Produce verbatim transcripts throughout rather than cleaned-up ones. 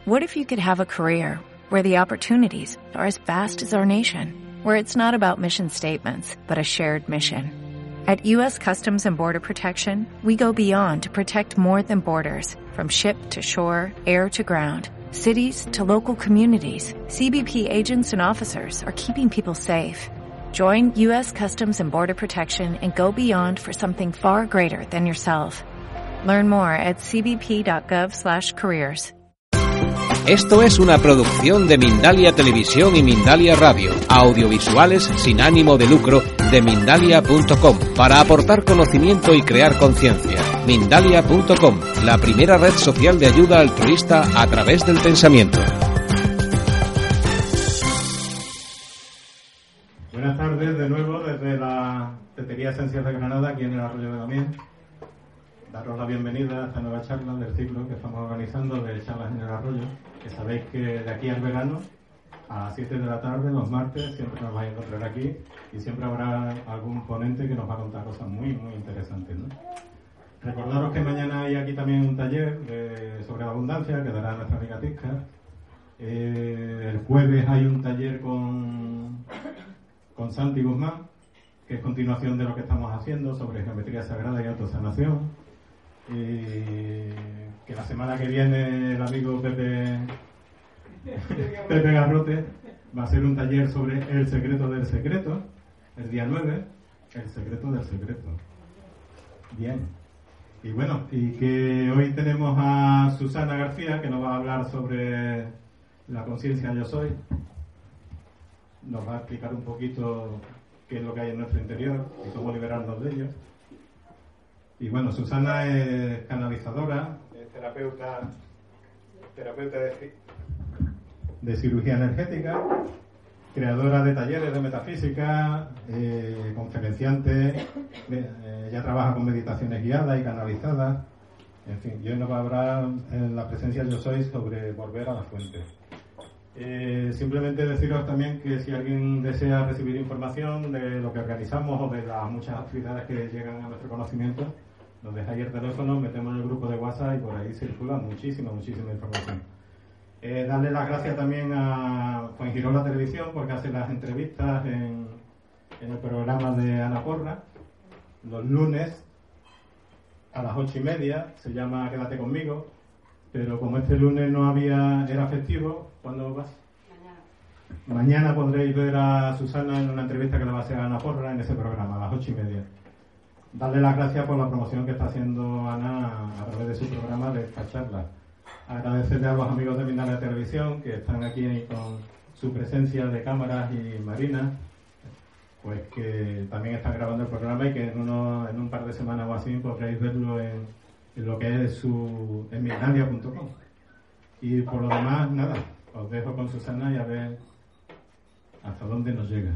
What if you could have a career where the opportunities are as vast as our nation, where it's not about mission statements, but a shared mission? At U S Customs and Border Protection, we go beyond to protect more than borders, from ship to shore, air to ground, cities to local communities. C B P agents and officers are keeping people safe. Join U S Customs and Border Protection and go beyond for something far greater than yourself. Learn more at c b p dot gov slash careers. Esto es una producción de Mindalia Televisión y Mindalia Radio, audiovisuales sin ánimo de lucro de Mindalia punto com, para aportar conocimiento y crear conciencia. Mindalia punto com, la primera red social de ayuda altruista a través del pensamiento. Buenas tardes de nuevo desde la Tetería Esencial de Granada, aquí en el Arroyo de Damián. Daros la bienvenida a esta nueva charla del ciclo que estamos organizando de charlas en el Arroyo, que sabéis que de aquí al verano, a las siete de la tarde, los martes, siempre nos vais a encontrar aquí y siempre habrá algún ponente que nos va a contar cosas muy, muy interesantes, ¿no? Recordaros que mañana hay aquí también un taller de, sobre la abundancia que dará nuestra amiga Tisca. Eh, el jueves hay un taller con, con Santi Guzmán, que es continuación de lo que estamos haciendo sobre geometría sagrada y autosanación. Y que la semana que viene el amigo Pepe Pepe Garrote va a hacer un taller sobre el secreto del secreto, el día nueve, el secreto del secreto. Bien. Y bueno, y que hoy tenemos a Susana García, que nos va a hablar sobre la conciencia yo soy. Nos va a explicar un poquito qué es lo que hay en nuestro interior y cómo liberarnos de ello. Y bueno, Susana es canalizadora, es terapeuta, terapeuta de, de cirugía energética, creadora de talleres de metafísica, eh, conferenciante, eh, ya trabaja con meditaciones guiadas y canalizadas. En fin, y hoy nos va a hablar en la presencia yo soy sobre volver a la fuente. Eh, simplemente deciros también que si alguien desea recibir información de lo que organizamos o de las muchas actividades que llegan a nuestro conocimiento, nos dejáis el teléfono, metemos en el grupo de WhatsApp y por ahí circula muchísima, muchísima información. Eh, darle las gracias también a Juan Girola Televisión porque hace las entrevistas en, en el programa de Ana Porra los lunes a las ocho y media, se llama Quédate conmigo, pero como este lunes no había, era festivo, ¿cuándo vas? Mañana. Mañana podréis ver a Susana en una entrevista que le va a hacer a Ana Porra en ese programa, a las ocho y media. Darle las gracias por la promoción que está haciendo Ana a través de su programa de esta charla. Agradecerle a los amigos de Mindalia Televisión que están aquí con su presencia de cámaras y Marina, pues que también están grabando el programa y que en, uno, en un par de semanas o así podréis verlo en, en lo que es su en mindalia punto com. Y por lo demás, nada, os dejo con Susana y a ver hasta dónde nos llega.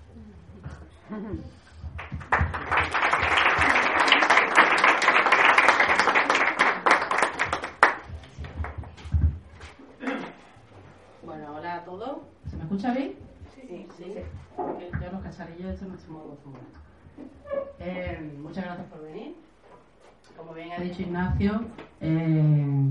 Bueno, hola a todos. ¿Se me escucha bien? Sí, sí. sí. Porque yo los cacharrillos de esto no estamos acostumbrados. Eh, muchas gracias por venir. Como bien ha dicho Ignacio, eh,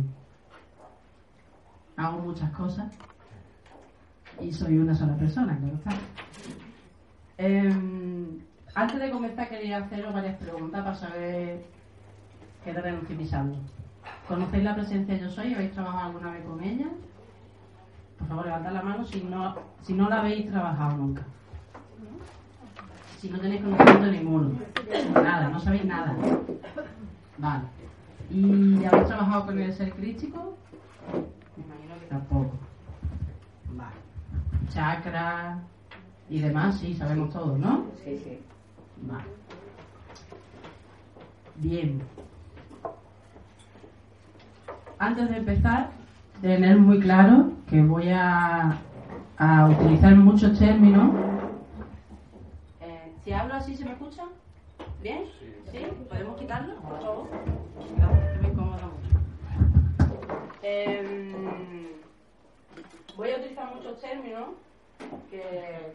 hago muchas cosas y soy una sola persona, claro está. Eh, antes de comenzar quería haceros varias preguntas para saber qué terreno estoy pisando. ¿Conocéis la presencia yo soy? ¿Habéis trabajado alguna vez con ella? Por favor, levantad la mano si no, si no la habéis trabajado nunca. Si no tenéis conocimiento ninguno. Nada, no sabéis nada. Vale. ¿Y habéis trabajado con el ser crístico? Me imagino que tampoco. Vale. Chakras y demás, sí, sabemos todos, ¿no? Sí, sí. Vale. Bien. Antes de empezar, tener muy claro que voy a, a utilizar muchos términos. Eh, si hablo así, ¿se me escucha? ¿Bien? Sí. ¿Sí? ¿Podemos quitarlo, por favor? Gracias, me incomoda mucho. Eh, voy a utilizar muchos términos que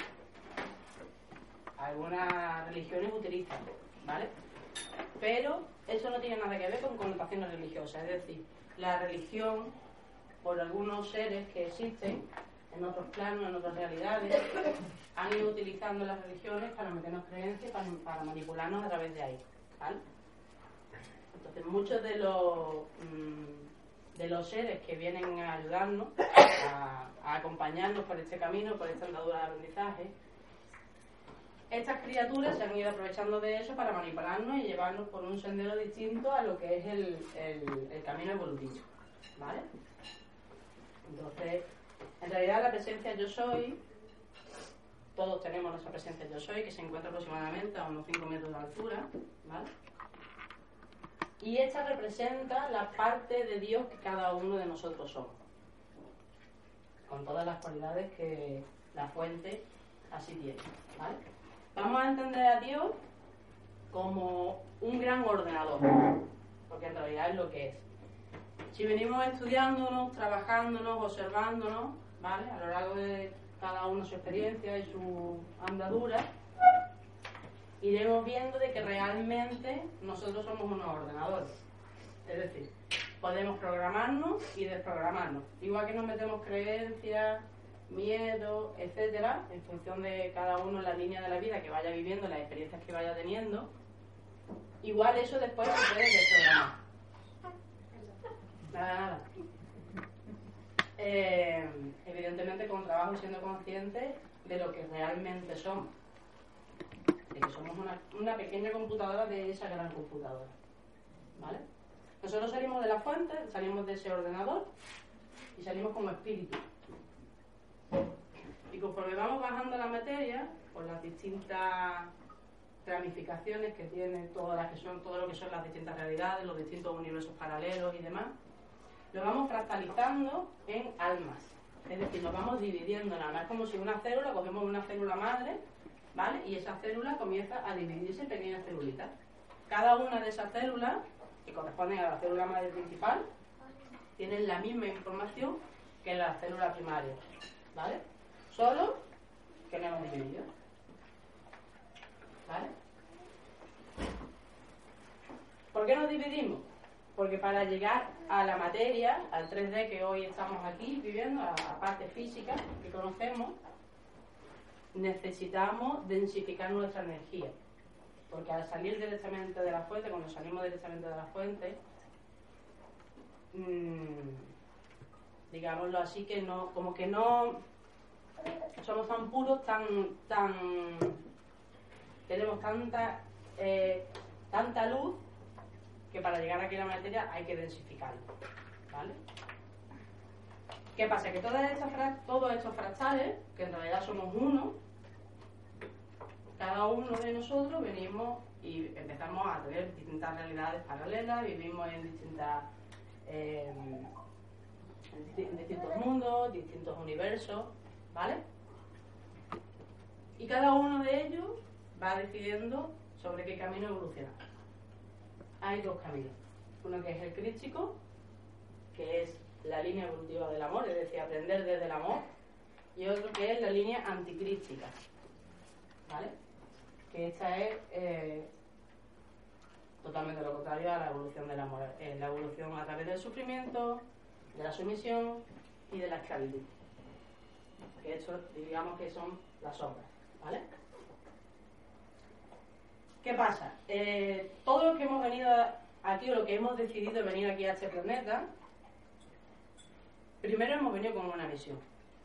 algunas religiones utilizan, ¿vale? Pero eso no tiene nada que ver con connotaciones religiosas, es decir, la religión por algunos seres que existen en otros planos, en otras realidades, han ido utilizando las religiones para meternos creencias, para, para manipularnos a través de ahí, ¿vale? Entonces muchos de los mmm, de los seres que vienen a ayudarnos, a, a acompañarnos por este camino, por esta andadura de aprendizaje, estas criaturas se han ido aprovechando de eso para manipularnos y llevarnos por un sendero distinto a lo que es el, el, el camino evolutivo, ¿vale? Entonces, en realidad la presencia yo soy, todos tenemos nuestra presencia yo soy, que se encuentra aproximadamente a unos cinco metros de altura, ¿vale? Y esta representa la parte de Dios que cada uno de nosotros somos, con todas las cualidades que la fuente así tiene, ¿vale? Vamos a entender a Dios como un gran ordenador, porque en realidad es lo que es. Si venimos estudiándonos, trabajándonos, observándonos, ¿vale?, a lo largo de cada uno su experiencia y su andadura, iremos viendo de que realmente nosotros somos unos ordenadores. Es decir, podemos programarnos y desprogramarnos. Igual que nos metemos creencias, miedo, etcétera, en función de cada uno en la línea de la vida que vaya viviendo, las experiencias que vaya teniendo, igual eso después se puede desprogramar. Nada, nada. Eh, evidentemente con trabajo y siendo conscientes de lo que realmente somos. De que somos una, una pequeña computadora de esa gran computadora, ¿vale? Nosotros salimos de la fuente, salimos de ese ordenador y salimos como espíritu. Y conforme vamos bajando la materia, por las distintas ramificaciones que tiene todas las que son, todo lo que son las distintas realidades, los distintos universos paralelos y demás, lo vamos fractalizando en almas. Es decir, nos vamos dividiendo en almas. Es como si una célula, cogemos una célula madre, ¿vale? Y esa célula comienza a dividirse en pequeñas celulitas. Cada una de esas células, que corresponden a la célula madre principal, tienen la misma información que la célula primaria, ¿vale? Solo que no hemos dividido, ¿vale? ¿Por qué nos dividimos? Porque para llegar a la materia, al tres D que hoy estamos aquí viviendo, a la parte física que conocemos, necesitamos densificar nuestra energía. Porque al salir directamente de la fuente, cuando salimos directamente de la fuente, mmm, digámoslo así, que no, como que no somos tan puros, tan, tan tenemos tanta, eh, tanta luz, que para llegar aquí a la materia hay que densificarlo, ¿vale? ¿Qué pasa? Que todas estas, todos estos fractales, que en realidad somos uno, cada uno de nosotros venimos y empezamos a tener distintas realidades paralelas, vivimos en distintas eh, en distintos mundos, distintos universos, ¿vale? Y cada uno de ellos va decidiendo sobre qué camino evolucionar. Hay dos caminos. Uno que es el crístico, que es la línea evolutiva del amor, es decir, aprender desde el amor, y otro que es la línea anticrística, ¿vale? Que esta es eh, totalmente lo contrario a la evolución del amor, es la evolución a través del sufrimiento, de la sumisión y de la esclavitud, que esto digamos que son las sombras, ¿vale? ¿Qué pasa? Eh, todo lo que hemos venido aquí, o lo que hemos decidido venir aquí a este planeta, primero hemos venido con una misión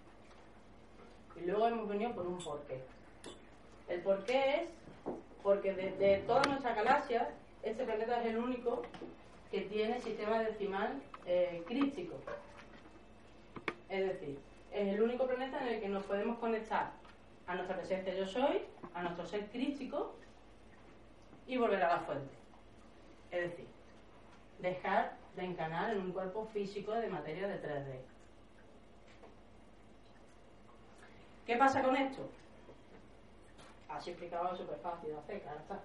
y luego hemos venido por un porqué. El porqué es porque de, de toda nuestra galaxia, este planeta es el único que tiene sistema decimal eh, crístico. Es decir, es el único planeta en el que nos podemos conectar a nuestra presencia yo soy, a nuestro ser crístico, y volver a la fuente. Es decir, dejar de encarnar en un cuerpo físico de materia de tres D. ¿Qué pasa con esto? Así explicado, es súper fácil de hacer, claro está.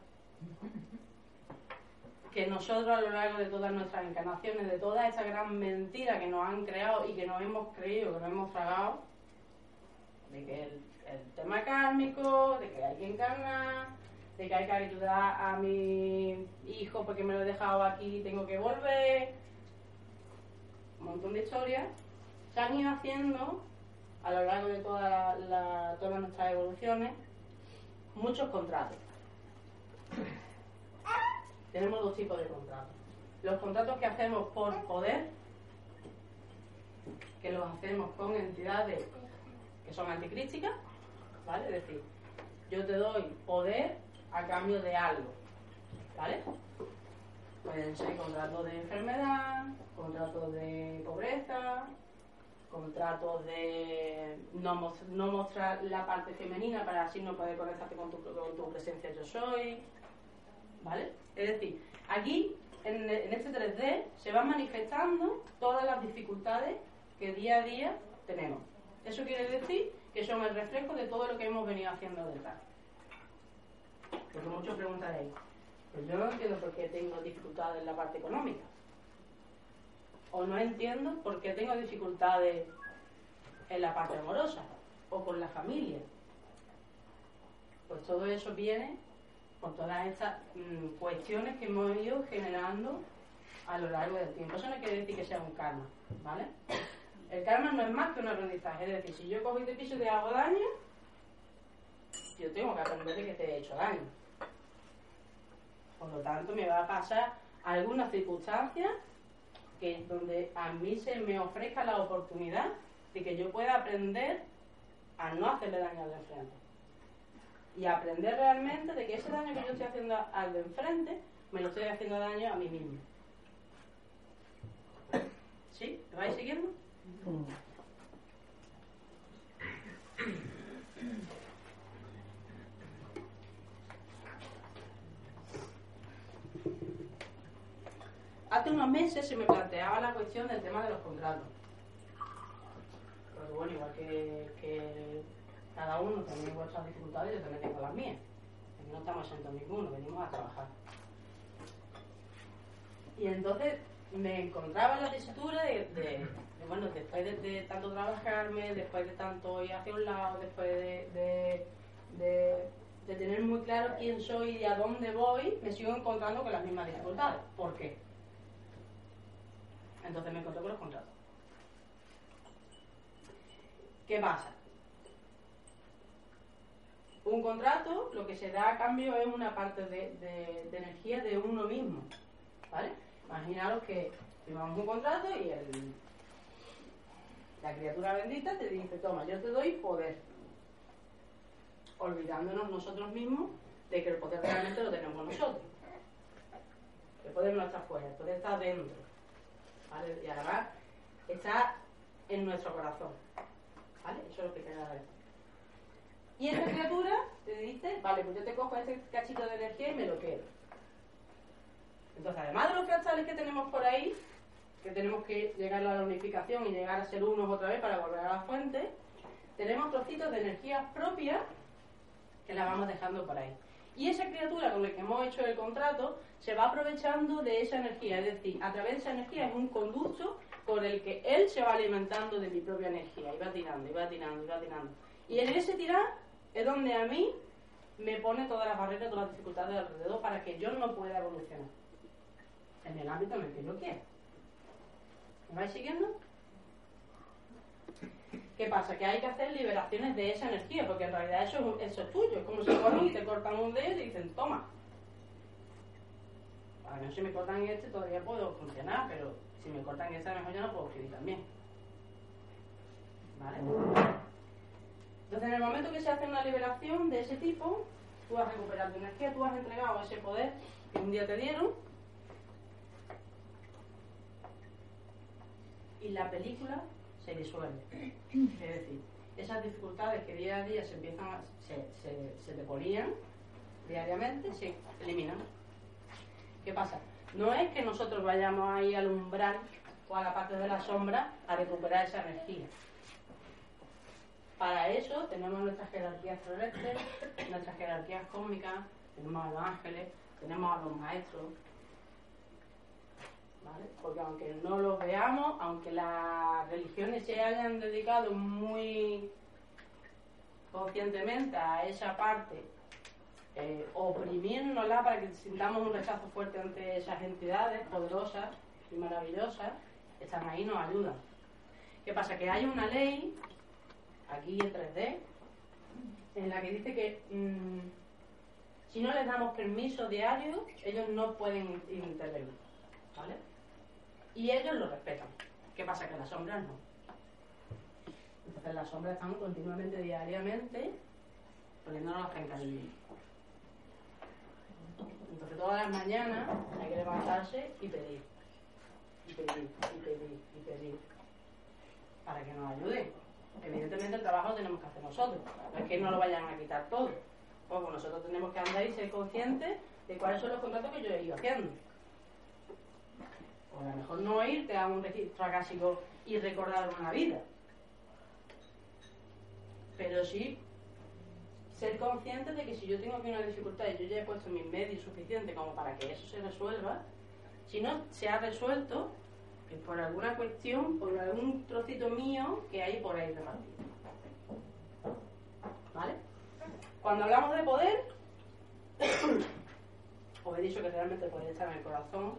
Que nosotros a lo largo de todas nuestras encarnaciones, de toda esta gran mentira que nos han creado y que nos hemos creído, que nos hemos tragado, de que el, el tema kármico, de que hay que encarnar, de que hay que ayudar a mi hijo porque me lo he dejado aquí y tengo que volver, un montón de historias, se han ido haciendo a lo largo de toda la, la, todas nuestras evoluciones muchos contratos. Tenemos dos tipos de contratos. Los contratos que hacemos por poder, que los hacemos con entidades que son anticrísticas, ¿vale? Es decir, yo te doy poder a cambio de algo, ¿vale? Pueden ser contratos de enfermedad, contratos de pobreza, contratos de no, most no mostrar la parte femenina para así no poder conectarte con tu, con tu presencia yo soy, ¿vale? Es decir, aquí en, en este tres D se van manifestando todas las dificultades que día a día tenemos. Eso quiere decir que son el reflejo de todo lo que hemos venido haciendo detrás. Porque muchos preguntaréis, pues yo no entiendo por qué tengo dificultades en la parte económica. O no entiendo por qué tengo dificultades en la parte amorosa o con la familia. Pues todo eso viene por todas estas mmm, cuestiones que hemos ido generando a lo largo del tiempo. Eso no quiere decir que sea un karma, ¿vale? El karma no es más que un aprendizaje. Es decir, si yo cojo y te piso y te hago daño, yo tengo que aprender de que te he hecho daño. Por lo tanto, me va a pasar algunas circunstancias que donde a mí se me ofrezca la oportunidad de que yo pueda aprender a no hacerle daño al de enfrente. Y aprender realmente de que ese daño que yo estoy haciendo al de enfrente, me lo estoy haciendo daño a mí mismo. ¿Sí? ¿Me vais siguiendo? Hace unos meses se me planteaba la cuestión del tema de los contratos. Porque bueno, igual que, que cada uno tiene vuestras dificultades, yo también tengo las mías. Aquí no estamos exentos ninguno, venimos a trabajar. Y entonces me encontraba en la tesitura de, de, de bueno, después de, de tanto trabajarme, después de tanto ir hacia un lado, después de, de, de, de tener muy claro quién soy y a dónde voy, me sigo encontrando con las mismas dificultades. ¿Por qué? Entonces me encontré con los contratos. ¿Qué pasa? Un contrato, lo que se da a cambio es una parte de, de, de energía de uno mismo, ¿vale? Imaginaros que firmamos un contrato y el, la criatura bendita te dice, toma, yo te doy poder, olvidándonos nosotros mismos de que el poder realmente lo tenemos nosotros. El poder no está fuera, el poder está dentro, ¿vale? Y además está en nuestro corazón, ¿vale? Eso es lo que queda ver. Y esta criatura te dice, vale, pues yo te cojo ese cachito de energía y me lo quedo. Entonces, además de los fractales que tenemos por ahí, que tenemos que llegar a la unificación y llegar a ser unos otra vez para volver a la fuente, tenemos trocitos de energía propia que la vamos dejando por ahí. Y esa criatura con la que hemos hecho el contrato se va aprovechando de esa energía, es decir, a través de esa energía es un conducto por el que él se va alimentando de mi propia energía, y va tirando, y va tirando, y va tirando. Y en ese tirar es donde a mí me pone todas las barreras, todas las dificultades alrededor para que yo no pueda evolucionar en el ámbito en el que yo quiero. ¿Me vais siguiendo? ¿Qué pasa? Que hay que hacer liberaciones de esa energía, porque en realidad eso, eso es tuyo. Es como si cogen y te cortan un dedo y dicen, toma. A ver, si me cortan este todavía puedo funcionar, pero si me cortan este a lo mejor ya no puedo escribir también. ¿Vale? Entonces, en el momento que se hace una liberación de ese tipo, tú vas a recuperar tu energía, tú has entregado ese poder que un día te dieron, y la película se disuelve. Es decir, esas dificultades que día a día se empiezan a, se, se, se te ponían diariamente, se eliminan. ¿Qué pasa? No es que nosotros vayamos ahí al umbral o a la parte de la sombra a recuperar esa energía. Para eso tenemos nuestras jerarquías terrestres, nuestras jerarquías cósmicas, tenemos a los ángeles, tenemos a los maestros, ¿vale? Porque aunque no los veamos, aunque las religiones se hayan dedicado muy conscientemente a esa parte, eh, oprimiéndola para que sintamos un rechazo fuerte ante esas entidades poderosas y maravillosas, están ahí y nos ayudan. ¿Qué pasa? Que hay una ley, aquí en tres D, en la que dice que mmm, si no les damos permiso diario, ellos no pueden intervenir, ¿vale? Y ellos lo respetan. ¿Qué pasa? Que las sombras no. Entonces las sombras están continuamente, diariamente, poniéndonos las zancadillas. Entonces todas las mañanas hay que levantarse y pedir. Y pedir, y pedir, y pedir. Para que nos ayuden. Evidentemente el trabajo lo tenemos que hacer nosotros. No es que no lo vayan a quitar todo. Pues nosotros tenemos que andar y ser conscientes de cuáles son los contratos que yo he ido haciendo. O a lo mejor no irte a un registro acásico y recordar una vida. Pero sí ser consciente de que si yo tengo aquí una dificultad y yo ya he puesto mis medios suficientes como para que eso se resuelva, si no se ha resuelto, es por alguna cuestión, por algún trocito mío que hay por ahí repartido. ¿Vale? Cuando hablamos de poder, os he dicho que realmente el poder está en el corazón,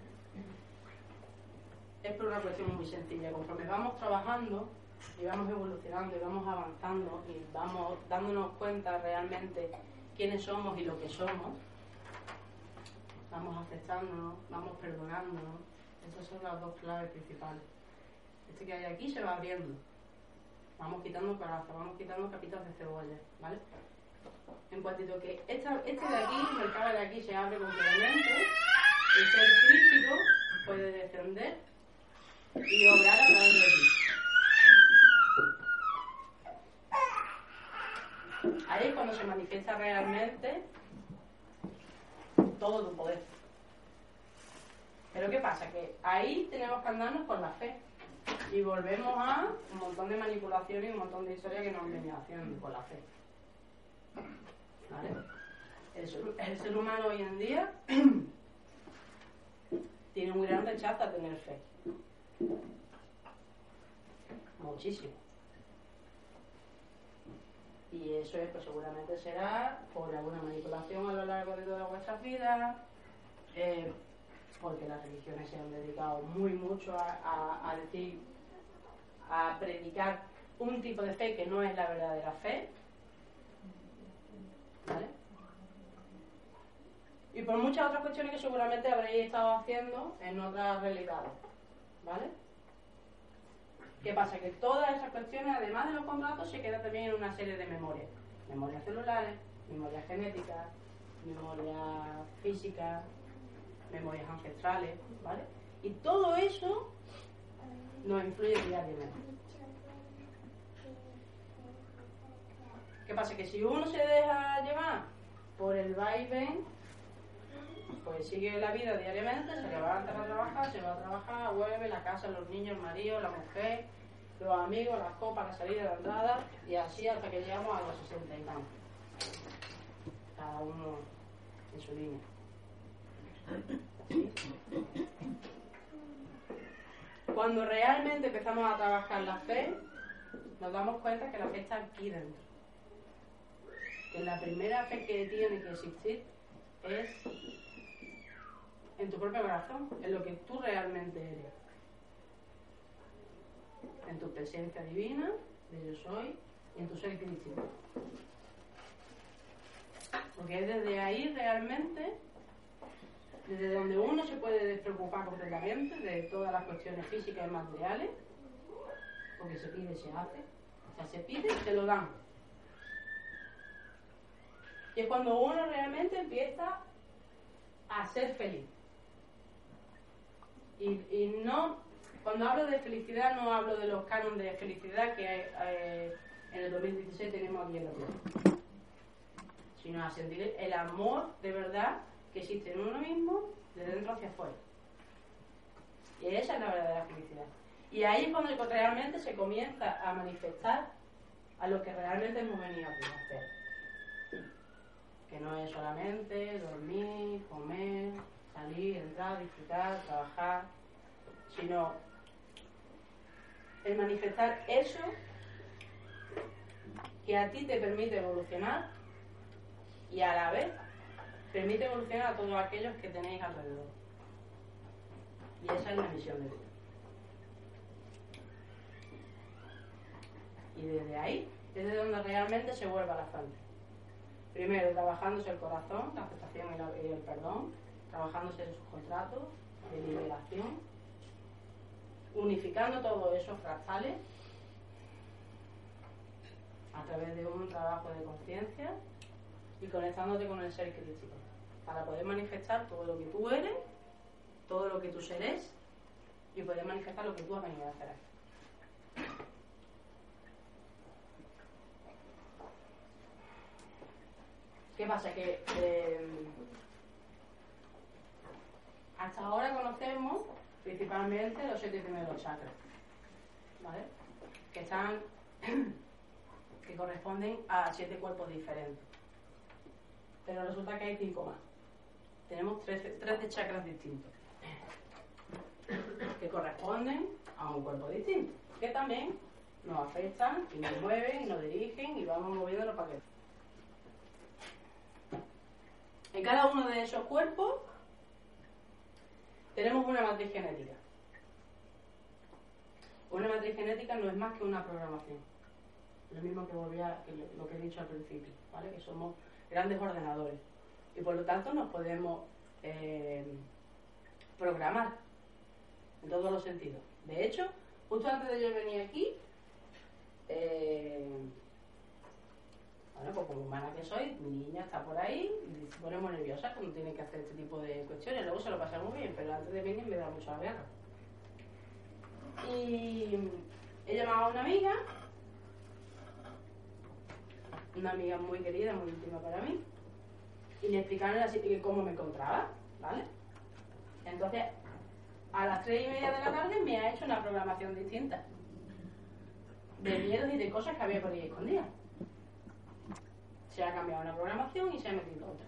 es por una cuestión muy sencilla. Conforme vamos trabajando y vamos evolucionando y vamos avanzando y vamos dándonos cuenta realmente quiénes somos y lo que somos, vamos aceptándonos, vamos perdonándonos. Esas son las dos claves principales. Este que hay aquí se va abriendo. Vamos quitando corazas, vamos quitando capitas de cebolla, ¿vale? En cuantito que esta, este de aquí, el cable de aquí se abre completamente, el ser crítico puede descender y obrar a través de aquí. Ahí es cuando se manifiesta realmente todo tu poder. Pero ¿qué pasa? Que ahí tenemos que andarnos con la fe. Y volvemos a un montón de manipulaciones y un montón de historias que nos han venido haciendo con la fe. ¿Vale? El ser, el ser humano hoy en día tiene un muy gran rechazo a tener fe. Muchísimo. Y eso es, pues seguramente será por alguna manipulación a lo largo de toda vuestras vidas, eh, porque las religiones se han dedicado muy mucho a, a, a decir, a predicar un tipo de fe que no es la verdadera fe, ¿vale? Y por muchas otras cuestiones que seguramente habréis estado haciendo en otras realidades, ¿vale? ¿Qué pasa? Que todas esas cuestiones, además de los contratos, se quedan también en una serie de memorias. Memorias celulares, memorias genéticas, memorias físicas, memorias ancestrales, ¿vale? Y todo eso nos influye diariamente. ¿Qué pasa? Que si uno se deja llevar por el vaivén, pues sigue la vida diariamente, se levanta a trabajar, se va a trabajar, vuelve, la casa, los niños, el marido, la mujer, los amigos, las copas, la salida, la entrada, y así hasta que llegamos a los sesenta y tantos. Cada uno en su línea. ¿Sí? Cuando realmente empezamos a trabajar la fe, nos damos cuenta que la fe está aquí dentro. Que la primera fe que tiene que existir es en tu propio corazón, en lo que tú realmente eres, en tu presencia divina, de yo soy, y en tu ser crístico. Porque es desde ahí realmente, desde donde uno se puede despreocupar completamente de todas las cuestiones físicas y materiales, porque se pide y se hace, o sea, se pide y te lo dan. Y es cuando uno realmente empieza a ser feliz. Y, y no, cuando hablo de felicidad, no hablo de los cánones de felicidad que eh, en el dos mil dieciséis tenemos aquí en la tierra, sino a sentir el amor de verdad que existe en uno mismo, de dentro hacia afuera. Y esa es la verdadera felicidad. Y ahí es cuando realmente se comienza a manifestar a lo que realmente hemos venido a hacer. Que no es solamente dormir, comer, salir, entrar, disfrutar, trabajar, sino el manifestar eso que a ti te permite evolucionar y a la vez permite evolucionar a todos aquellos que tenéis alrededor. Y esa es la misión de Dios. Y desde ahí es desde donde realmente se vuelve a la fuente. Primero, trabajándose el corazón, la aceptación y, la, y el perdón, trabajándose sus contratos de liberación, unificando todos esos fractales a través de un trabajo de conciencia y conectándote con el ser crítico para poder manifestar todo lo que tú eres, todo lo que tú eres y poder manifestar lo que tú has venido a hacer aquí. ¿Qué pasa? Que eh, hasta ahora conocemos principalmente los siete primeros chakras, ¿vale? Que están que corresponden a siete cuerpos diferentes, pero resulta que hay cinco más. Tenemos trece, trece chakras distintos que corresponden a un cuerpo distinto, que también nos afectan y nos mueven y nos dirigen y vamos moviéndonos para que en cada uno de esos cuerpos tenemos una matriz genética. Una matriz genética no es más que una programación. Lo mismo que volvía que lo que he dicho al principio, ¿vale? Que somos grandes ordenadores y por lo tanto nos podemos eh, programar en todos los sentidos. De hecho, justo antes de yo venir aquí, eh, bueno, pues como humana que soy, mi niña está por ahí y se pone muy nerviosa cuando tiene que hacer este tipo de cuestiones. Luego se lo pasa muy bien, pero antes de venir me da mucha guerra. Y he llamado a una amiga, una amiga muy querida, muy íntima para mí, y le explicaron así cómo me encontraba, ¿vale? Entonces, a las tres y media de la tarde me ha hecho una programación distinta de miedos y de cosas que había por ahí escondidas. Se ha cambiado una programación y se ha metido otra.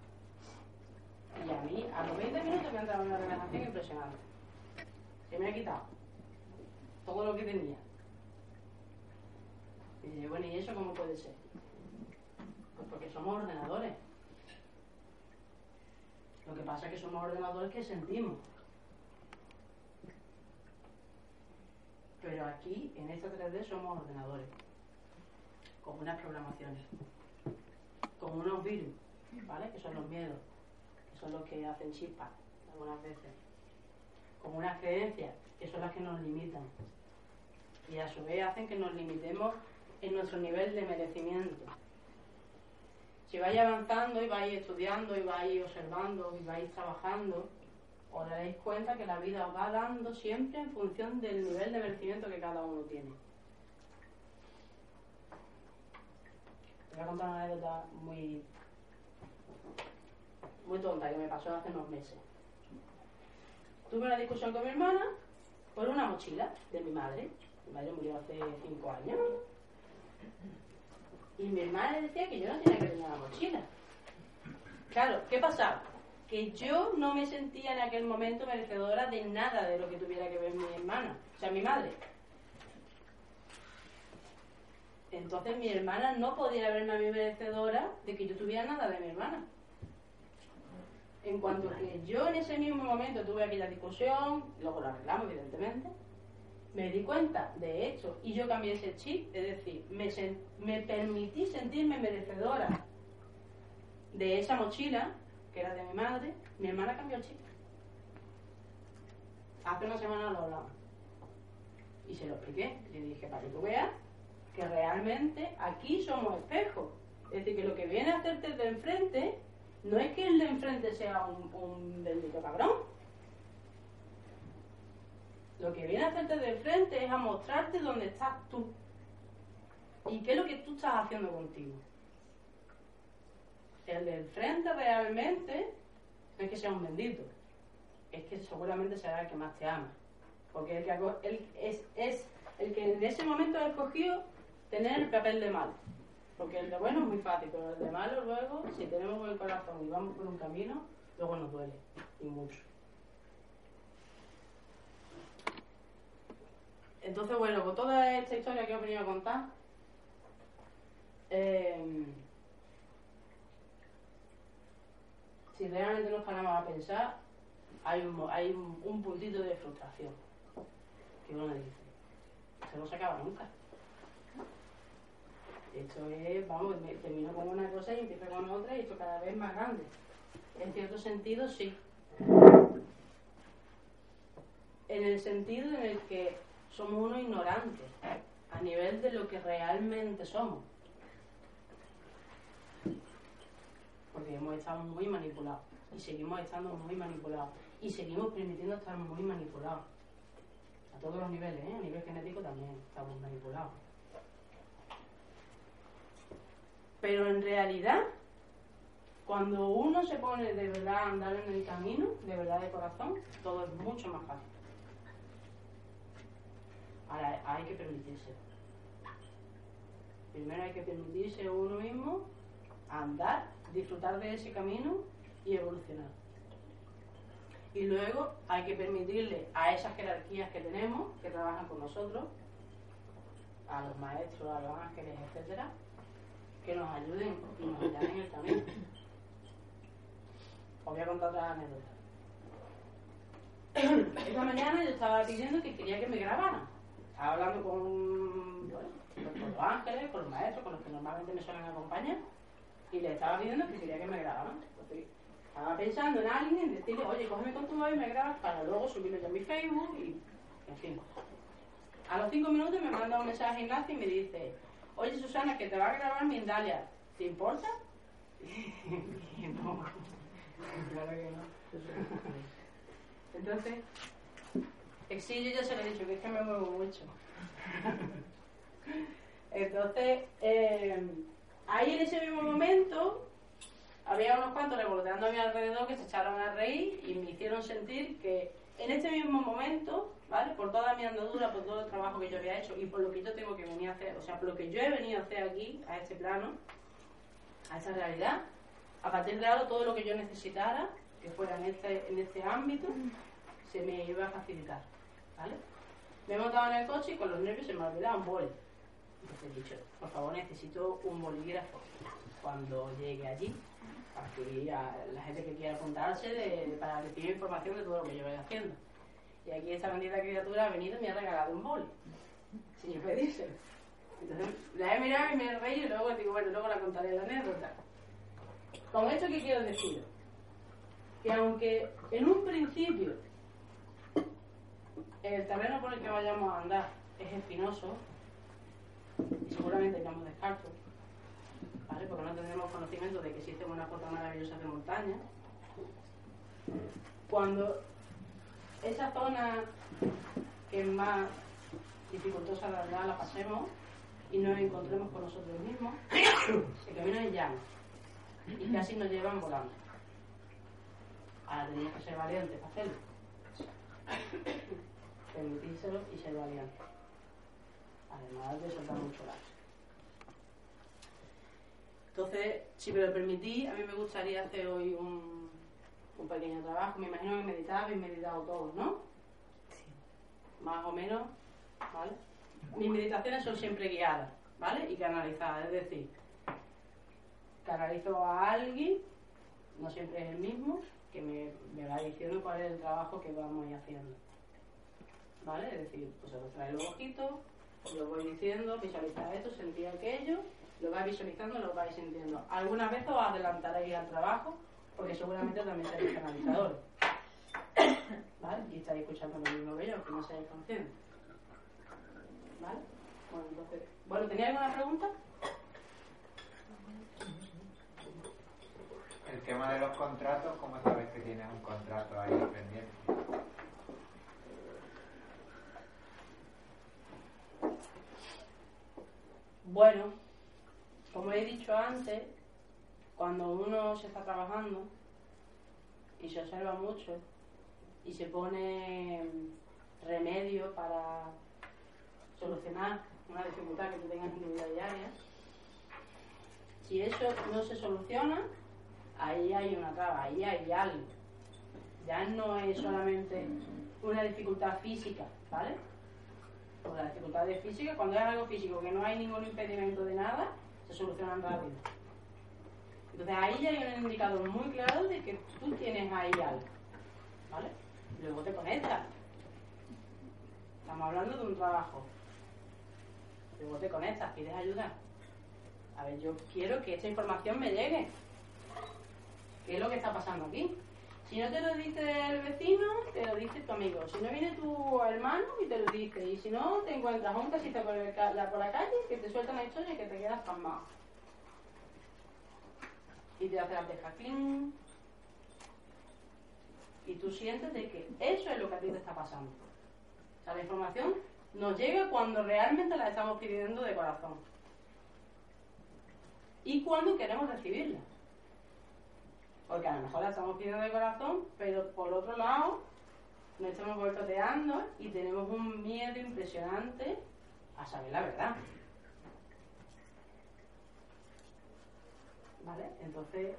Y a mí, a los veinte minutos me ha entrado una relajación impresionante. Se me ha quitado todo lo que tenía. Y dice, bueno, ¿y eso cómo puede ser? Pues porque somos ordenadores. Lo que pasa es que somos ordenadores que sentimos. Pero aquí, en esta tres D, somos ordenadores. Con unas programaciones. Con unos virus, ¿vale? Que son los miedos. Que son los que hacen chispas, algunas veces. Con unas creencias, que son las que nos limitan. Y a su vez hacen que nos limitemos en nuestro nivel de merecimiento. Si vais avanzando y vais estudiando y vais observando y vais trabajando, os daréis cuenta que la vida os va dando siempre en función del nivel de merecimiento que cada uno tiene. Te voy a contar una anécdota muy, muy tonta que me pasó hace unos meses. Tuve una discusión con mi hermana por una mochila de mi madre. Mi madre murió hace cinco años. Y mi hermana le decía que yo no tenía que tener una mochila. Claro, ¿qué pasaba? Que yo no me sentía en aquel momento merecedora de nada de lo que tuviera que ver mi hermana, o sea, mi madre. Entonces mi hermana no podía verme a mí merecedora de que yo tuviera nada de mi hermana. En cuanto que yo en ese mismo momento tuve aquella discusión, luego la arreglamos evidentemente, me di cuenta de esto y yo cambié ese chip, es decir, me, sen- me permití sentirme merecedora de esa mochila que era de mi madre. Mi hermana cambió el chip. Hace una semana lo hablamos y se lo expliqué. Le dije, para que tú veas que realmente aquí somos espejos, es decir, que lo que viene a hacerte de enfrente no es que el de enfrente sea un, un bendito cabrón. Lo que viene a hacerte de frente es a mostrarte dónde estás tú y qué es lo que tú estás haciendo contigo. El del frente realmente no es que sea un bendito, es que seguramente será el que más te ama, porque el que el, es, es el que en ese momento ha escogido tener el papel de malo, porque el de bueno es muy fácil, pero el de malo luego, si tenemos buen corazón y vamos por un camino, luego nos duele y mucho. Entonces, bueno, con toda esta historia que os he venido a contar, eh, si realmente nos paramos a pensar, hay un, hay un, un puntito de frustración que uno dice, se no se acaba nunca. Esto es, vamos, me termino con una cosa y empiezo con otra y esto cada vez más grande. En cierto sentido, sí. En el sentido en el que somos unos ignorantes a nivel de lo que realmente somos. Porque hemos estado muy manipulados y seguimos estando muy manipulados y seguimos permitiendo estar muy manipulados a todos los niveles, ¿eh? A nivel genético también estamos manipulados. Pero en realidad, cuando uno se pone de verdad a andar en el camino, de verdad de corazón, todo es mucho más fácil. Ahora hay que permitirse. Primero hay que permitirse uno mismo andar, disfrutar de ese camino y evolucionar. Y luego hay que permitirle a esas jerarquías que tenemos, que trabajan con nosotros, a los maestros, a los ángeles, etcétera, que nos ayuden y nos guíen en el camino. Os voy a contar otra anécdota. Esta mañana yo estaba pidiendo que quería que me grabaran. Estaba hablando con, bueno, con los ángeles, con los maestros, con los que normalmente me suelen acompañar, y les estaba pidiendo que quería que me grabaran. Entonces, estaba pensando en alguien, en decirle, oye, cógeme con tu móvil y me grabas para luego subirlo yo a mi Facebook y, en fin. A los cinco minutos me manda un mensaje enlace y me dice, oye, Susana, que te va a grabar Mindalia, ¿te importa? Y no, claro que no. Entonces, sí, yo ya se lo he dicho, que es que me muevo mucho. Entonces, eh, ahí en ese mismo momento, había unos cuantos revoloteando a mi alrededor que se echaron a reír y me hicieron sentir que en este mismo momento, ¿vale? Por toda mi andadura, por todo el trabajo que yo había hecho y por lo que yo tengo que venir a hacer, o sea, por lo que yo he venido a hacer aquí, a este plano, a esta realidad, a partir de ahora todo lo que yo necesitara, que fuera en este, en este ámbito, se me iba a facilitar, ¿vale? Me he montado en el coche y con los nervios se me ha olvidado un boli. Entonces he dicho, por favor, necesito un bolígrafo cuando llegue allí, para que a la gente que quiera apuntarse, de, para recibir información de todo lo que yo vaya haciendo. Y aquí esta bendita criatura ha venido y me ha regalado un boli, sin yo pedírselo. Entonces la he mirado y me he reído y luego digo, bueno, luego la contaré la anécdota. Con esto, ¿qué quiero decir? Que aunque en un principio el terreno por el que vayamos a andar es espinoso y seguramente iremos descalzos, ¿vale? Porque no tendremos conocimiento de que existen unas cosas maravillosas de montaña. Cuando esa zona que es más dificultosa de andar la pasemos y nos encontremos con nosotros mismos, el camino es llano y casi nos llevan volando. Ahora tenéis que ser valientes para hacerlo. Permitírselo y ser valientes. Además de soltar mucho lazo. Entonces, si me lo permitís, a mí me gustaría hacer hoy un, un pequeño trabajo. Me imagino que meditar, habéis meditado todos, ¿no? Sí. Más o menos, ¿vale? Mis meditaciones son siempre guiadas, ¿vale? Y canalizadas, es decir, canalizo a alguien, no siempre es el mismo, que me, me va diciendo cuál es el trabajo que vamos a ir haciendo, ¿vale? Es decir, pues se os trae los ojitos, os lo voy diciendo, visualizad esto, sentid aquello, lo vais visualizando, lo vais sintiendo. Algunas veces os adelantaréis al trabajo, porque seguramente también seréis canalizadores, ¿vale? Y estáis escuchando lo mismo que yo, que no seáis conscientes, ¿vale? Bueno, entonces, bueno, ¿tenéis alguna pregunta? El tema de los contratos, ¿cómo sabes que tienes un contrato ahí pendiente? Bueno, como he dicho antes, cuando uno se está trabajando y se observa mucho y se pone remedio para solucionar una dificultad que tú tengas en tu vida diaria, si eso no se soluciona, ahí hay una traba, ahí hay algo. Ya no es solamente una dificultad física, ¿vale? Porque la dificultad de física, cuando es algo físico, que no hay ningún impedimento de nada, se solucionan rápido. Entonces ahí ya hay un indicador muy claro de que tú tienes ahí algo, ¿vale? Luego te conectas. Estamos hablando de un trabajo. Luego te conectas, pides ayuda. a ver, yo quiero que esta información me llegue. ¿Qué es lo que está pasando aquí? Si no te lo dice el vecino, te lo dice tu amigo. Si no viene tu hermano y te lo dice. Y si no, te encuentras a un casita por, el, la, por la calle que te suelta una historia y que te quedas pasmado. Y te hace la teja clean. Y tú sientes de que eso es lo que a ti te está pasando. O sea, la información nos llega cuando realmente la estamos pidiendo de corazón. Y cuando queremos recibirla. Porque a lo mejor la estamos pidiendo de corazón, pero por otro lado nos estamos boicoteando y tenemos un miedo impresionante a saber la verdad. ¿Vale? Entonces,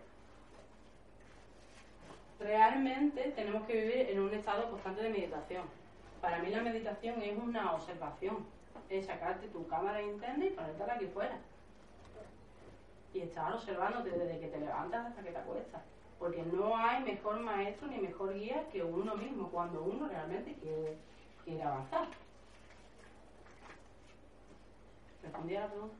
realmente tenemos que vivir en un estado constante de meditación. Para mí la meditación es una observación, es sacarte tu cámara interna y ponértela aquí fuera. Y estar observándote desde que te levantas hasta que te acuestas. Porque no hay mejor maestro ni mejor guía que uno mismo cuando uno realmente quiere, quiere avanzar. ¿Respondí a la pregunta?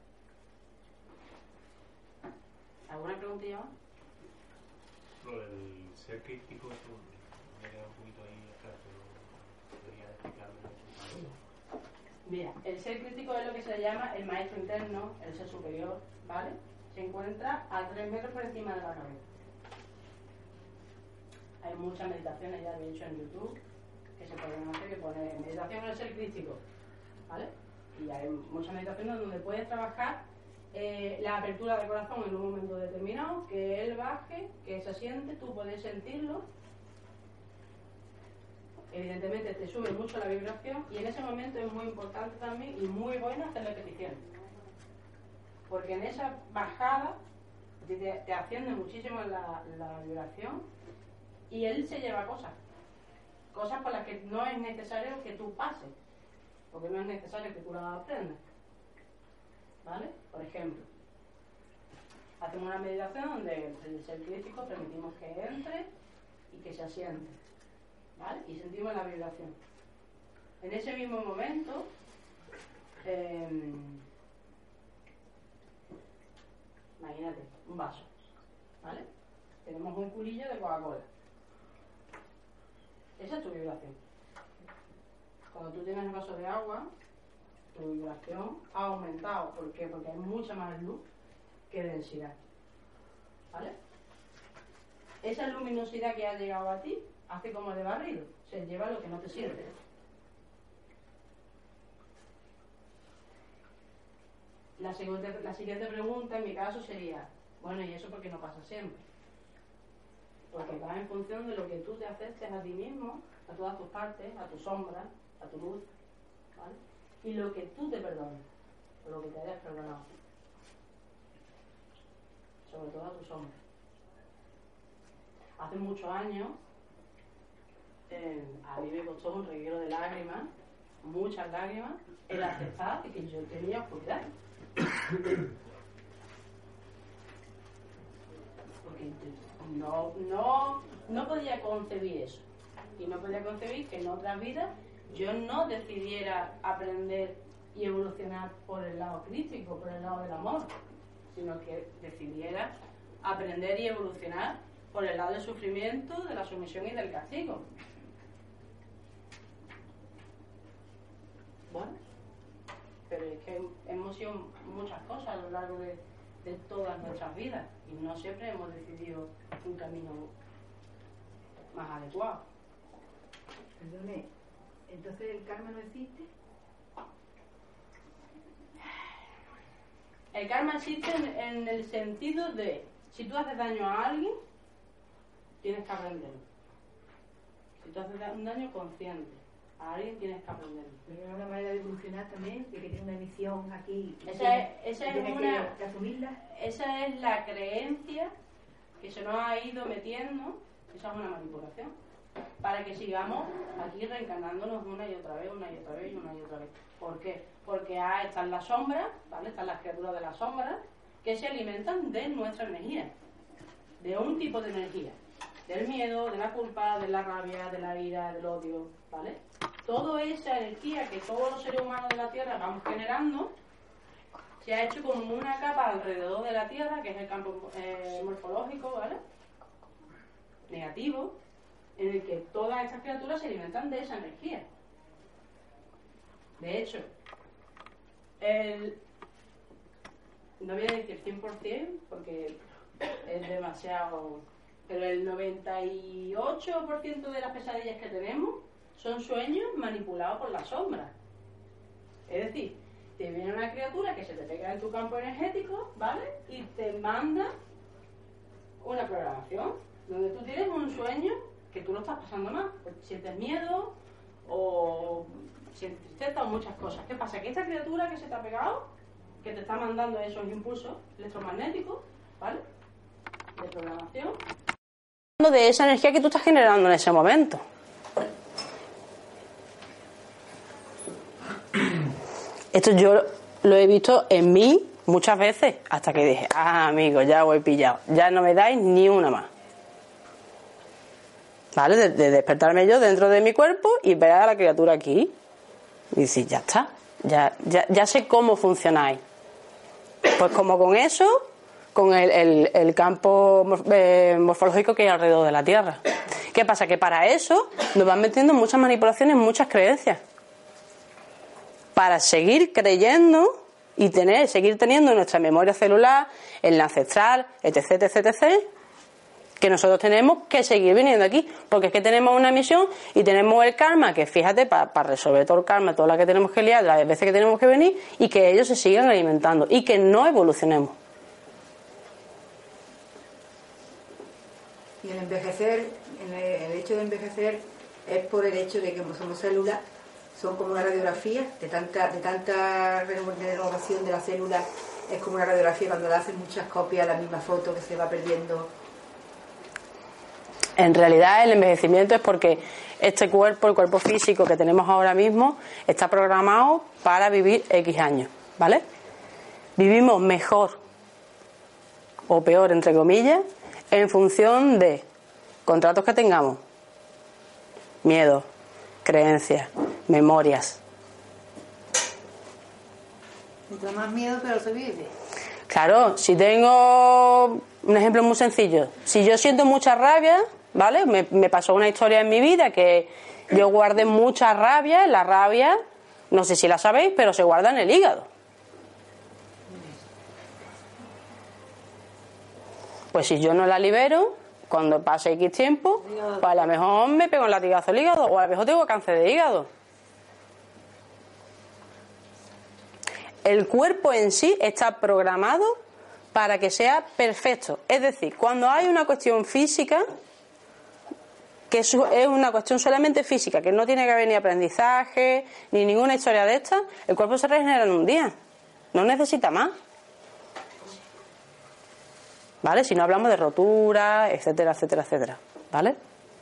¿Alguna preguntilla más? Lo del ser crítico, eso me queda un poquito ahí atrás, pero podría explicarme. Mira, el ser crítico es lo que se llama el maestro interno, el ser superior, ¿vale? Se encuentra a tres metros por encima de la cabeza. Hay muchas meditaciones, ya lo he dicho en YouTube, que se pueden hacer, que pone meditación en el ser crítico, ¿vale? Y hay muchas meditaciones donde puedes trabajar eh, la apertura del corazón en un momento determinado, que él baje, que se siente, tú puedes sentirlo. Evidentemente te sube mucho la vibración y en ese momento es muy importante también y muy bueno hacer repeticiones. Porque en esa bajada te, te asciende muchísimo la, la vibración y él se lleva cosas. Cosas por las que no es necesario que tú pases. Porque no es necesario que tú las aprendas. ¿Vale? Por ejemplo, hacemos una meditación donde el ser crítico permitimos que entre y que se asiente. ¿Vale? Y sentimos la vibración. En ese mismo momento, eh, imagínate, un vaso, ¿vale? Tenemos un culillo de Coca-Cola. Esa es tu vibración. Cuando tú tienes el vaso de agua, tu vibración ha aumentado. ¿Por qué? Porque hay mucha más luz que densidad. ¿Vale? Esa luminosidad que ha llegado a ti hace como de barrido, se lleva lo que no te sirve. La siguiente, la siguiente pregunta en mi caso sería, bueno, ¿y eso por qué no pasa siempre? Porque va en función de lo que tú te aceptes a ti mismo, a todas tus partes, a tu sombra, a tu luz, ¿vale? Y lo que tú te perdones, o lo que te hayas perdonado, sobre todo a tu sombra. Hace muchos años eh, a mí me costó un reguero de lágrimas, muchas lágrimas, el aceptar de que yo tenía oscuridad. Porque no, no, no podía concebir eso. Y no podía concebir que en otras vidas yo no decidiera aprender y evolucionar por el lado crítico, por el lado del amor, sino que decidiera aprender y evolucionar por el lado del sufrimiento, de la sumisión y del castigo. Bueno, pero es que hemos sido muchas cosas a lo largo de, de todas nuestras vidas y no siempre hemos decidido un camino más adecuado. Perdone, ¿entonces el karma no existe? El karma existe en, en el sentido de, si tú haces daño a alguien, tienes que aprenderlo. Si tú haces un daño consciente a alguien, tienes que aprenderlo. Pero es una manera de evolucionar también, de que tiene una misión aquí. Esa es, esa es tiene una, que asumirla. Esa es la creencia que se nos ha ido metiendo. Esa es una manipulación. Para que sigamos aquí reencarnándonos una y otra vez, una y otra vez y una y otra vez. ¿Por qué? Porque ah, están las sombras, ¿vale? Están las criaturas de las sombras que se alimentan de nuestra energía, de un tipo de energía, del miedo, de la culpa, de la rabia, de la ira, del odio, ¿vale? Toda esa energía que todos los seres humanos de la Tierra vamos generando se ha hecho como una capa alrededor de la Tierra, que es el campo eh, morfológico, ¿vale? Negativo, en el que todas estas criaturas se alimentan de esa energía. De hecho, el, no voy a decir cien por ciento porque es demasiado, pero el noventa y ocho por ciento de las pesadillas que tenemos son sueños manipulados por la sombra. Es decir, te viene una criatura que se te pega en tu campo energético, ¿vale? Y te manda una programación donde tú tienes un sueño que tú lo estás pasando mal, pues sientes miedo o sientes tristeza o muchas cosas. ¿Qué pasa? Que esta criatura que se te ha pegado, que te está mandando esos impulsos electromagnéticos, ¿vale? De programación, de esa energía que tú estás generando en ese momento. Esto yo lo he visto en mí muchas veces, hasta que dije, ah, amigo, ya voy pillado, ya no me dais ni una más. ¿Vale? De, de despertarme yo dentro de mi cuerpo y ver a la criatura aquí. Y decir, ya está, ya, ya, ya sé cómo funcionáis. Pues como con eso, con el, el, el campo eh, morfológico que hay alrededor de la Tierra. ¿Qué pasa? Que para eso nos van metiendo muchas manipulaciones, muchas creencias. Para seguir creyendo y tener, seguir teniendo en nuestra memoria celular, en la ancestral, etc, etc, etc, que nosotros tenemos que seguir viniendo aquí, porque es que tenemos una misión y tenemos el karma, que fíjate, para pa resolver todo el karma, toda la que tenemos que liar, las veces que tenemos que venir, y que ellos se sigan alimentando y que no evolucionemos. Y el envejecer, el, el hecho de envejecer es por el hecho de que como somos células, son como una radiografía de tanta de tanta renovación de la célula, es como una radiografía cuando le hacen muchas copias la misma foto que se va perdiendo. En realidad el envejecimiento es porque este cuerpo, el cuerpo físico que tenemos ahora mismo, está programado para vivir X años, ¿vale? Vivimos mejor o peor, entre comillas, en función de contratos que tengamos, miedos, creencias, memorias. Mientras más miedo, pero se vive. Claro, si tengo un ejemplo muy sencillo, si yo siento mucha rabia, ¿vale? Me, me pasó una historia en mi vida que yo guardé mucha rabia, la rabia, no sé si la sabéis, pero se guarda en el hígado. Pues si yo no la libero, cuando pase X tiempo, pues a lo mejor me pego un latigazo al hígado, o a lo mejor tengo cáncer de hígado. El cuerpo en sí está programado para que sea perfecto. Es decir, cuando hay una cuestión física, que es una cuestión solamente física, que no tiene que haber ni aprendizaje, ni ninguna historia de esta, el cuerpo se regenera en un día. No necesita más. ¿Vale? Si no hablamos de rotura, etcétera, etcétera, etcétera. ¿Vale?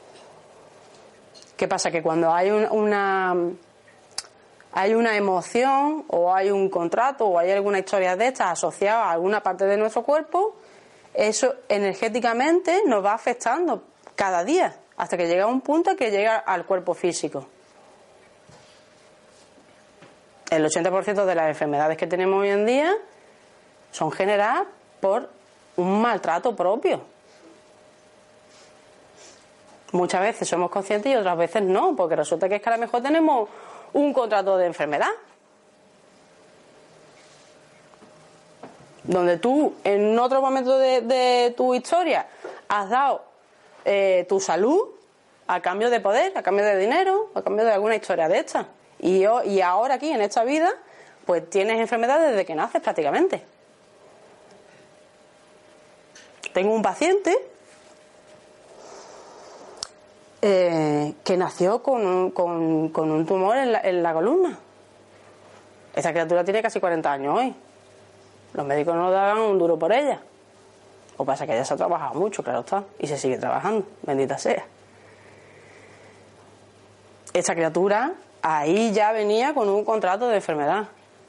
¿Qué pasa? Que cuando hay un, una... hay una emoción o hay un contrato o hay alguna historia de estas asociada a alguna parte de nuestro cuerpo, eso energéticamente nos va afectando cada día hasta que llega a un punto que llega al cuerpo físico. El ochenta por ciento de las enfermedades que tenemos hoy en día son generadas por un maltrato propio. Muchas veces somos conscientes y otras veces no, porque resulta que es que a lo mejor tenemos un contrato de enfermedad donde tú en otro momento de, de tu historia has dado eh, tu salud a cambio de poder, a cambio de dinero, a cambio de alguna historia de esta, y, yo, y ahora aquí en esta vida pues tienes enfermedad desde que naces prácticamente. Tengo un paciente Eh, que nació con un, con, con un tumor en la, en la columna. Esta criatura tiene casi cuarenta años hoy. Los médicos no daban un duro por ella. Lo que pasa es que ella se ha trabajado mucho, claro está, y se sigue trabajando, bendita sea. Esta criatura ahí ya venía con un contrato de enfermedad.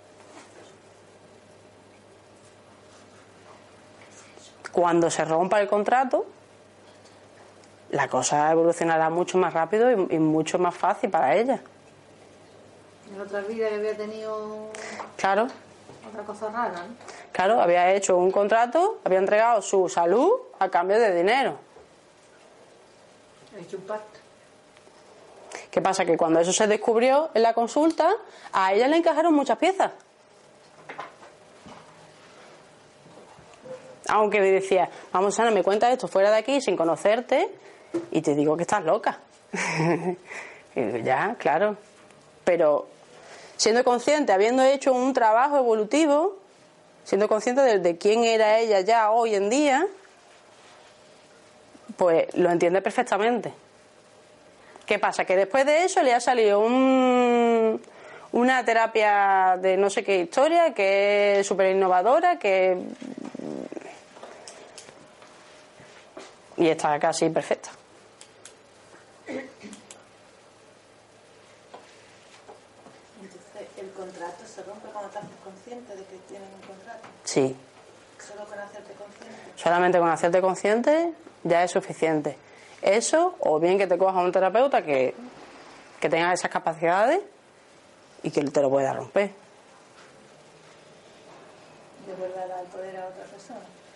Cuando se rompa el contrato, la cosa evolucionará mucho más rápido y, y mucho más fácil para ella. En otras vidas había tenido... Claro. Otra cosa rara, ¿no? Claro, había hecho un contrato, había entregado su salud a cambio de dinero. Ha hecho un pacto. ¿Qué pasa? Que cuando eso se descubrió en la consulta, a ella le encajaron muchas piezas. Aunque decía, vamos Ana, me cuentas esto fuera de aquí sin conocerte y te digo que estás loca. Y digo, ya, claro. Pero siendo consciente, habiendo hecho un trabajo evolutivo, siendo consciente de, de quién era ella ya hoy en día, pues lo entiende perfectamente. ¿Qué pasa? Que después de eso le ha salido un, una terapia de no sé qué historia, que es súper innovadora, que... y está casi perfecta. Entonces, ¿el contrato se rompe cuando te haces consciente de que tienes un contrato? Sí. ¿Solo con hacerte consciente? Solamente con hacerte consciente ya es suficiente. Eso, o bien que te cojas a un terapeuta que, que tenga esas capacidades y que te lo pueda romper. ¿De vuelve a dar el poder a otra persona?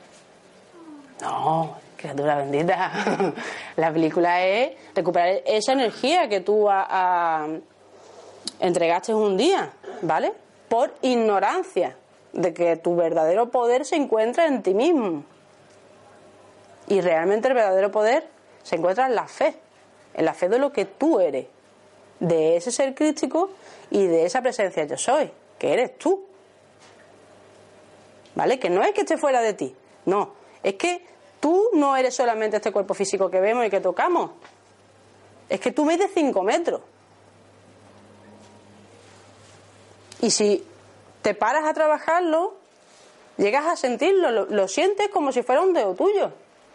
No, criatura bendita. La película es recuperar esa energía que tú a, a, entregaste un día, ¿vale? Por ignorancia de que tu verdadero poder se encuentra en ti mismo. Y realmente el verdadero poder se encuentra en la fe, en la fe de lo que tú eres, de ese ser crístico y de esa presencia yo soy, que eres tú. ¿Vale? Que no es que esté fuera de ti, no, es que tú no eres solamente este cuerpo físico que vemos y que tocamos, es que tú mides cinco metros. Y si te paras a trabajarlo, llegas a sentirlo, lo, lo sientes como si fuera un dedo tuyo.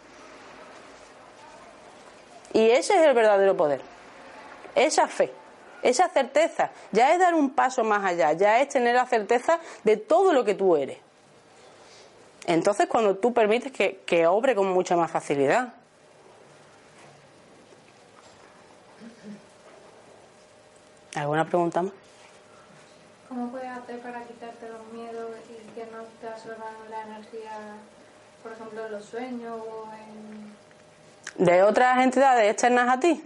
Y ese es el verdadero poder, esa fe, esa certeza, ya es dar un paso más allá, ya es tener la certeza de todo lo que tú eres. Entonces cuando tú permites que, que obre con mucha más facilidad. ¿Alguna pregunta más? ¿Cómo puedes hacer para quitarte los miedos y que no te absorban la energía, por ejemplo, en los sueños o en... ¿De otras entidades externas a ti?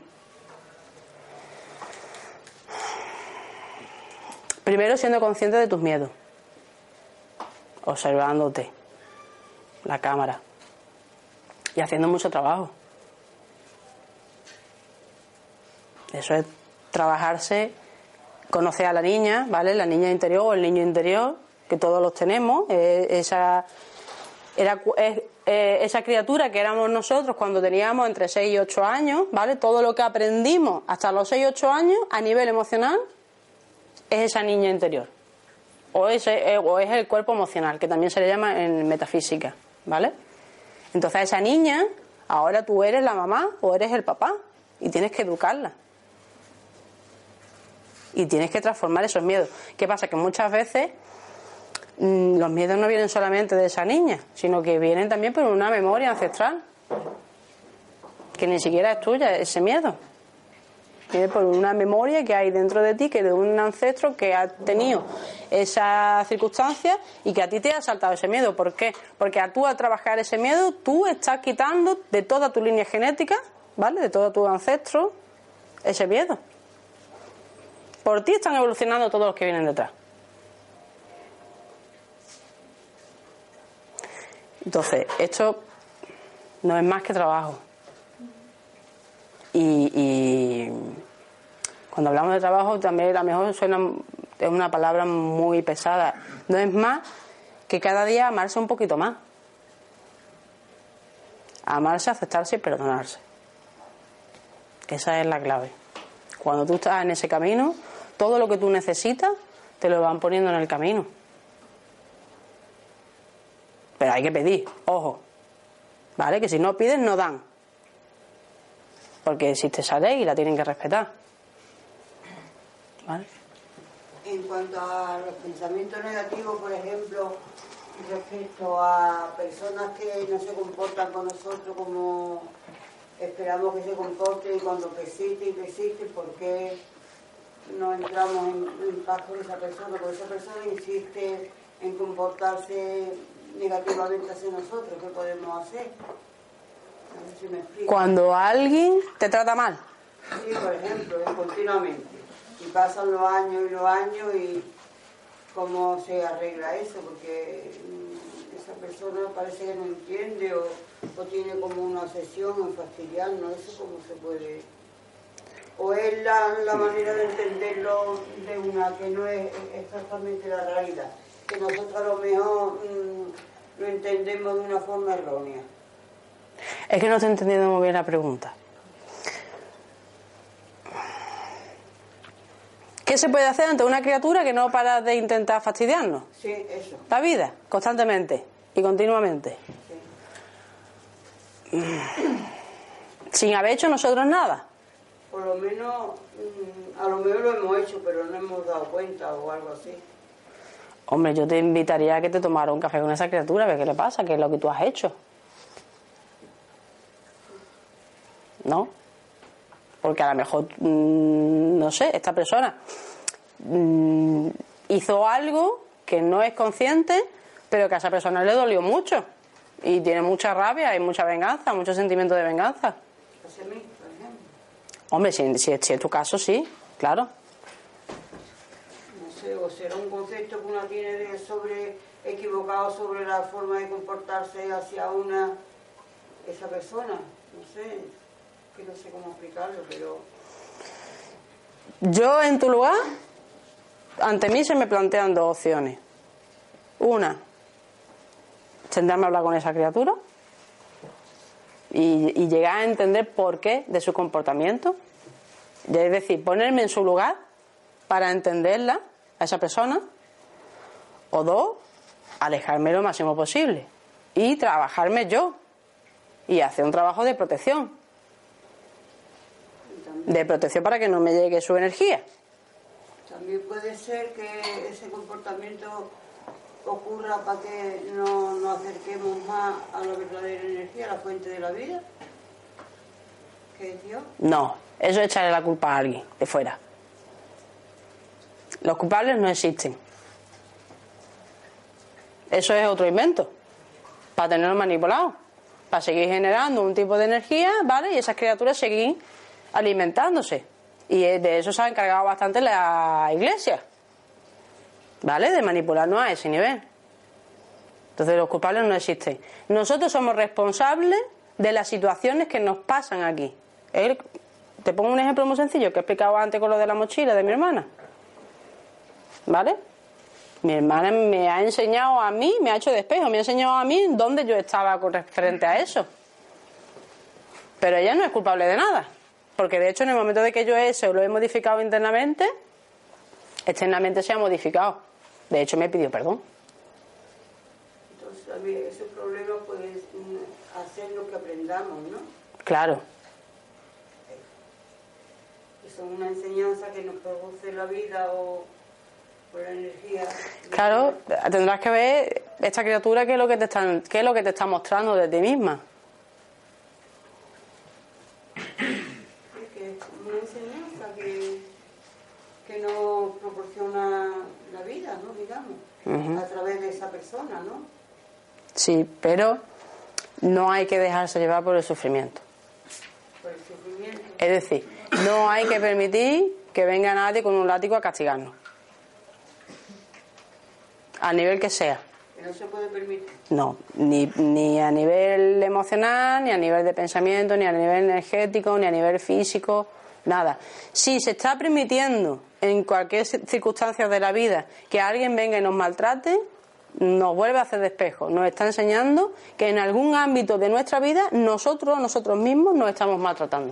Primero siendo consciente de tus miedos, observándote, la cámara y haciendo mucho trabajo. Eso es trabajarse, conocer a la niña, ¿vale? La niña interior o el niño interior, que todos los tenemos, eh, esa era es, eh, esa criatura que éramos nosotros cuando teníamos entre seis y ocho años, ¿vale? Todo lo que aprendimos hasta los seis y ocho años a nivel emocional es esa niña interior. O, ese, eh, o es el cuerpo emocional, que también se le llama en metafísica, ¿vale? Entonces esa niña, ahora tú eres la mamá o eres el papá y tienes que educarla. Y tienes que transformar esos miedos. ¿Qué pasa? Que muchas veces mmm, los miedos no vienen solamente de esa niña, sino que vienen también por una memoria ancestral, que ni siquiera es tuya ese miedo. Viene por una memoria que hay dentro de ti, que de un ancestro que ha tenido esa circunstancia y que a ti te ha saltado ese miedo. ¿Por qué? Porque a tú al trabajar ese miedo, tú estás quitando de toda tu línea genética, ¿vale? De todo tu ancestro, ese miedo. Por ti están evolucionando todos los que vienen detrás. Entonces, esto no es más que trabajo. Y, y cuando hablamos de trabajo también a lo mejor suena, es una palabra muy pesada. No es más que cada día amarse un poquito más. Amarse, aceptarse y perdonarse. Esa es la clave. Cuando tú estás en ese camino, todo lo que tú necesitas te lo van poniendo en el camino. Pero hay que pedir, ojo, ¿vale? Que si no pides no dan, porque existe esa ley y la tienen que respetar, ¿vale? En cuanto a los pensamientos negativos, por ejemplo, respecto a personas que no se comportan con nosotros como esperamos que se comporten, y cuando persiste y persiste, ¿por qué no entramos en, en paz con esa persona? Porque esa persona insiste en comportarse negativamente hacia nosotros. ¿Qué podemos hacer? A ver si me explico. Cuando alguien te trata mal. Sí, por ejemplo, continuamente. Y pasan los años y los años y cómo se arregla eso, porque esa persona parece que no entiende o, o tiene como una obsesión en fastidiarnos. Eso cómo se puede... O es la, la manera de entenderlo de una que no es exactamente la realidad, que nosotros a lo mejor mmm, lo entendemos de una forma errónea. Es que no estoy entendiendo muy bien la pregunta. ¿Qué se puede hacer ante una criatura que no para de intentar fastidiarnos? Sí, eso. La vida, constantemente y continuamente. Sí. Sin haber hecho nosotros nada. Por lo menos, a lo mejor lo hemos hecho, pero no hemos dado cuenta o algo así. Hombre, yo te invitaría a que te tomara un café con esa criatura, a ver qué le pasa, qué es lo que tú has hecho. ¿No? Porque a lo mejor, mmm, no sé, esta persona mmm, hizo algo que no es consciente, pero que a esa persona le dolió mucho. Y tiene mucha rabia y mucha venganza, mucho sentimiento de venganza. Hacia mí, por ejemplo. Hombre, si, si, si es tu caso, sí, claro. No sé, o será un concepto que uno tiene de sobre equivocado sobre la forma de comportarse hacia una esa persona. No sé, que no sé cómo explicarlo, pero... Yo, en tu lugar, ante mí se me plantean dos opciones. Una, sentarme a hablar con esa criatura y, y llegar a entender por qué de su comportamiento, es decir, ponerme en su lugar para entenderla, a esa persona. O dos, alejarme lo máximo posible y trabajarme yo y hacer un trabajo de protección de protección para que no me llegue su energía. También puede ser que ese comportamiento ocurra para que no nos acerquemos más a la verdadera energía, a la fuente de la vida, que es Dios. No, eso es echarle la culpa a alguien de fuera. Los culpables no existen. Eso es otro invento para tenerlos manipulados, para seguir generando un tipo de energía, ¿vale? Y esas criaturas seguir alimentándose. Y de eso se ha encargado bastante la Iglesia, ¿vale? De manipularnos a ese nivel. Entonces los culpables no existen. Nosotros somos responsables de las situaciones que nos pasan aquí. Él, te pongo un ejemplo muy sencillo que he explicado antes con lo de la mochila de mi hermana, ¿vale? Mi hermana me ha enseñado a mí, me ha hecho de espejo, me ha enseñado a mí dónde yo estaba con referente a eso. Pero ella no es culpable de nada. Porque de hecho en el momento de que yo eso lo he modificado internamente, externamente se ha modificado. De hecho me pidió perdón. Entonces también esos problemas pueden hacer lo que aprendamos, ¿no? Claro. Que son una enseñanza que nos produce la vida o por la energía. Claro, tendrás que ver esta criatura qué es lo que te están, qué es lo que te está mostrando de ti misma. Una enseñanza que, que nos proporciona la vida, ¿no? Digamos, uh-huh. A través de esa persona, ¿no? Sí, pero no hay que dejarse llevar por el sufrimiento. Por el sufrimiento. Es decir, no hay que permitir que venga nadie con un látigo a castigarnos. A nivel que sea. Que no se puede permitir. No, ni, ni a nivel emocional, ni a nivel de pensamiento, ni a nivel energético, ni a nivel físico. Nada. Si se está permitiendo en cualquier circunstancia de la vida que alguien venga y nos maltrate, nos vuelve a hacer de espejo. Nos está enseñando que en algún ámbito de nuestra vida nosotros, nosotros mismos, nos estamos maltratando.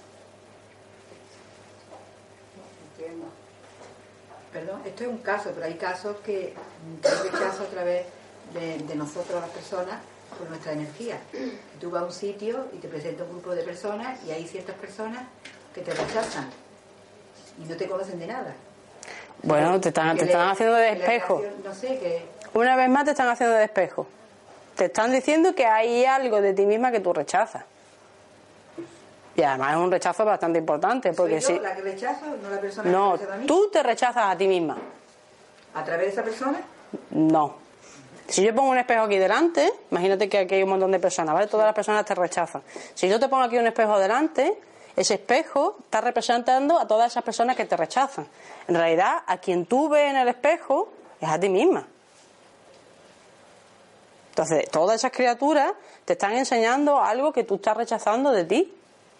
Entiendo. Perdón, esto es un caso, pero hay casos que hay rechazo a través de, de nosotros, las personas, por nuestra energía. Tú vas a un sitio y te presenta un grupo de personas y hay ciertas personas que te rechazan y no te conocen de nada. Bueno, te están, te están haciendo de espejo. No sé, que... Una vez más te están haciendo de espejo. Te están diciendo que hay algo de ti misma que tú rechazas. Y además es un rechazo bastante importante. Porque ¿Soy yo si... la que rechazo, no la persona no, que rechaza a mí? Tú te rechazas a ti misma. ¿A través de esa persona? No. Si yo pongo un espejo aquí delante, imagínate que aquí hay un montón de personas, ¿vale? Todas las personas te rechazan. Si yo te pongo aquí un espejo delante, ese espejo está representando a todas esas personas que te rechazan. En realidad, a quien tú ves en el espejo es a ti misma. Entonces, todas esas criaturas te están enseñando algo que tú estás rechazando de ti.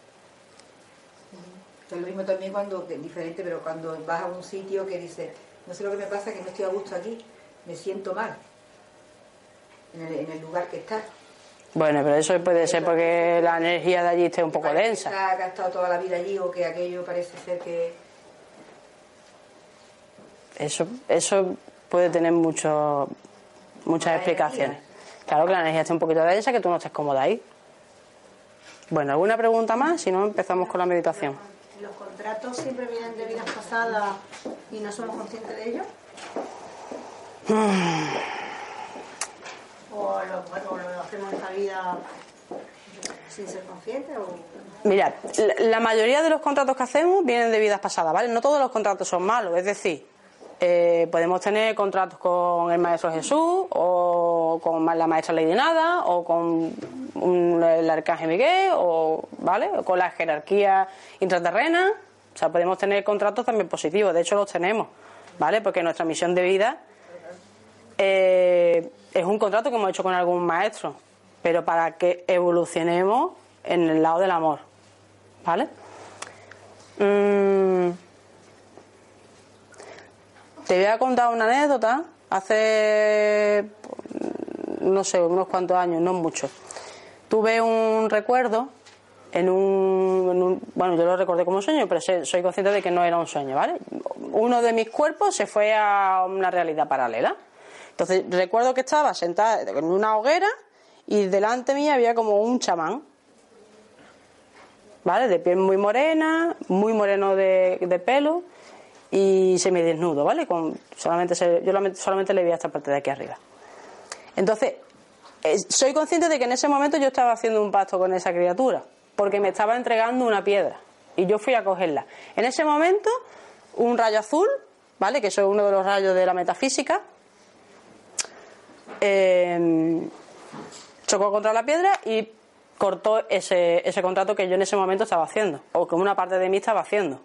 Es lo mismo también cuando, que es diferente, pero cuando vas a un sitio que dices, no sé lo que me pasa, que no estoy a gusto aquí, me siento mal en el, en el lugar que estás. Bueno, pero eso puede ser porque la energía de allí esté un poco densa. Que ha estado toda la vida allí o que aquello parece ser que... Eso, eso puede tener mucho, muchas explicaciones. Claro que la energía esté un poquito densa, que tú no estés cómoda ahí. Bueno, ¿alguna pregunta más? Si no, empezamos con la meditación. ¿Los contratos siempre vienen de vidas pasadas y no somos conscientes de ello? ¿O lo, bueno, lo hacemos en esta vida sin ser conscientes? O... Mira, la, la mayoría de los contratos que hacemos vienen de vidas pasadas, ¿vale? No todos los contratos son malos, es decir, eh, podemos tener contratos con el Maestro Jesús, o con la Maestra Lady Nada, o con un, el Arcángel Miguel, o, ¿vale? O con la jerarquía intraterrena. O sea, podemos tener contratos también positivos, de hecho los tenemos, ¿vale? Porque nuestra misión de vida eh, es un contrato que hemos hecho con algún maestro, pero para que evolucionemos en el lado del amor, ¿vale? Mm, te voy a contar una anécdota. Hace, no sé, unos cuantos años, no mucho, tuve un recuerdo en un, en un bueno, yo lo recordé como un sueño, pero soy consciente de que no era un sueño, ¿vale? Uno de mis cuerpos se fue a una realidad paralela. Entonces recuerdo que estaba sentada en una hoguera y delante mía había como un chamán, ¿vale? De piel muy morena, muy moreno de, de pelo y semidesnudo, ¿vale? Con solamente se, yo solamente le veía esta parte de aquí arriba. Entonces, eh, soy consciente de que en ese momento yo estaba haciendo un pacto con esa criatura, porque me estaba entregando una piedra y yo fui a cogerla. En ese momento, un rayo azul, ¿vale? Que eso es uno de los rayos de la metafísica, eh, chocó contra la piedra y cortó ese, ese contrato que yo en ese momento estaba haciendo, o que una parte de mí estaba haciendo,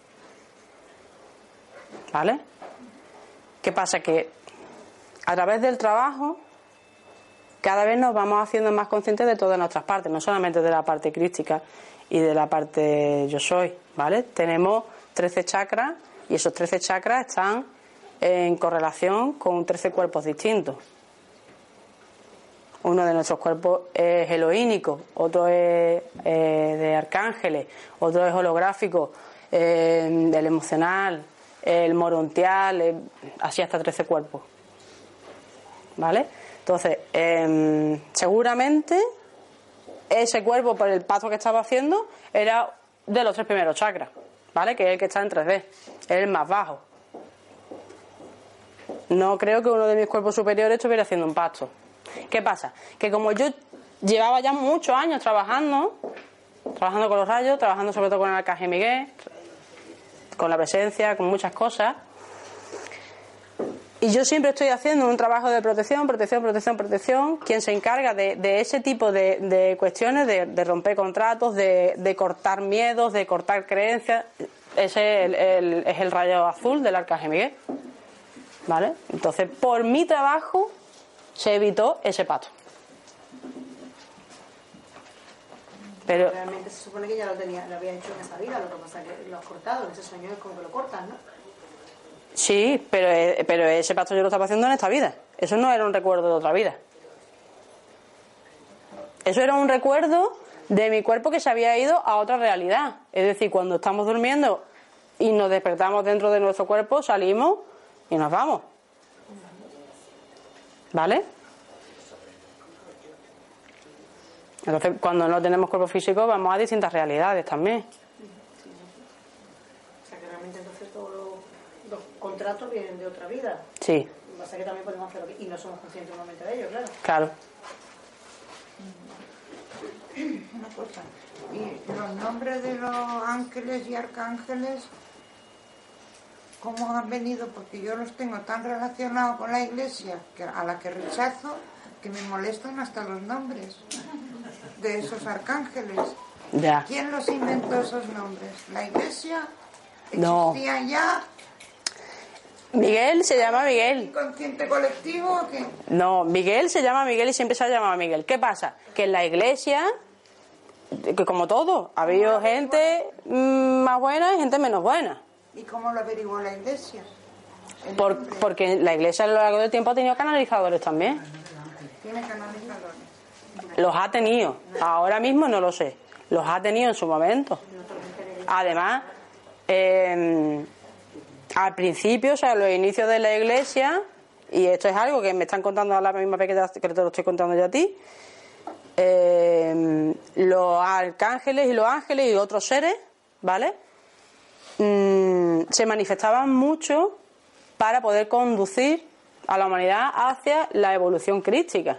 ¿vale? ¿Qué pasa? Que a través del trabajo cada vez nos vamos haciendo más conscientes de todas nuestras partes, no solamente de la parte crística y de la parte yo soy, ¿vale? Tenemos trece chakras y esos trece chakras están en correlación con trece cuerpos distintos. Uno de nuestros cuerpos es eloínico, otro es eh, de arcángeles, otro es holográfico, eh, el emocional, el morontial, eh, así hasta trece cuerpos, ¿vale? Entonces, eh, seguramente ese cuerpo, por el paso que estaba haciendo, era de los tres primeros chakras, ¿vale? Que es el que está en tres D, es el más bajo. No creo que uno de mis cuerpos superiores estuviera haciendo un pacto. ¿Qué pasa? Que como yo llevaba ya muchos años trabajando, trabajando con los rayos, trabajando sobre todo con el Arcángel Miguel, con la presencia, con muchas cosas, y yo siempre estoy haciendo un trabajo de protección, protección, protección, protección. Quien se encarga de, de ese tipo de, de cuestiones, de, de romper contratos, de, de cortar miedos, de cortar creencias, ese es el, el, es el rayo azul del Arcángel Miguel, ¿vale? Entonces, por mi trabajo se evitó ese pacto. Pero realmente se supone que ya lo tenía, lo había hecho en esa vida, lo que pasa es que lo has cortado, en ese sueño es como que lo cortas, ¿no? Sí, pero, pero ese pacto yo lo estaba haciendo en esta vida. Eso no era un recuerdo de otra vida. Eso era un recuerdo de mi cuerpo que se había ido a otra realidad. Es decir, cuando estamos durmiendo y nos despertamos dentro de nuestro cuerpo, salimos y nos vamos. ¿Vale? Entonces, cuando no tenemos cuerpo físico, vamos a distintas realidades también. O sea, que realmente entonces todos los, los contratos vienen de otra vida. Sí. Lo que pasa es que también podemos hacerlo y no somos conscientes un momento de ello, claro. Claro. Una cosa. ¿Y los nombres de los ángeles y arcángeles cómo han venido, porque yo los tengo tan relacionados con la Iglesia, que a la que rechazo, que me molestan hasta los nombres de esos arcángeles. Ya. ¿Quién los inventó esos nombres? ¿La Iglesia? No. ¿Existían ya? Miguel se llama Miguel. ¿Inconsciente colectivo o qué? No, Miguel se llama Miguel y siempre se ha llamado Miguel. ¿Qué pasa? Que en la iglesia, que como todo, ha habido gente mmm, más buena y gente menos buena. ¿Y cómo lo averiguó la Iglesia? Por, porque la iglesia a lo largo del tiempo ha tenido canalizadores también. ¿Tiene canalizadores? Los ha tenido. Ahora mismo no lo sé. Los ha tenido en su momento. Además, eh, al principio, o sea, los inicios de la iglesia, y esto es algo que me están contando a la misma vez que te, que te lo estoy contando yo a ti, eh, los arcángeles y los ángeles y otros seres, ¿vale? Mm, se manifestaban mucho para poder conducir a la humanidad hacia la evolución crística.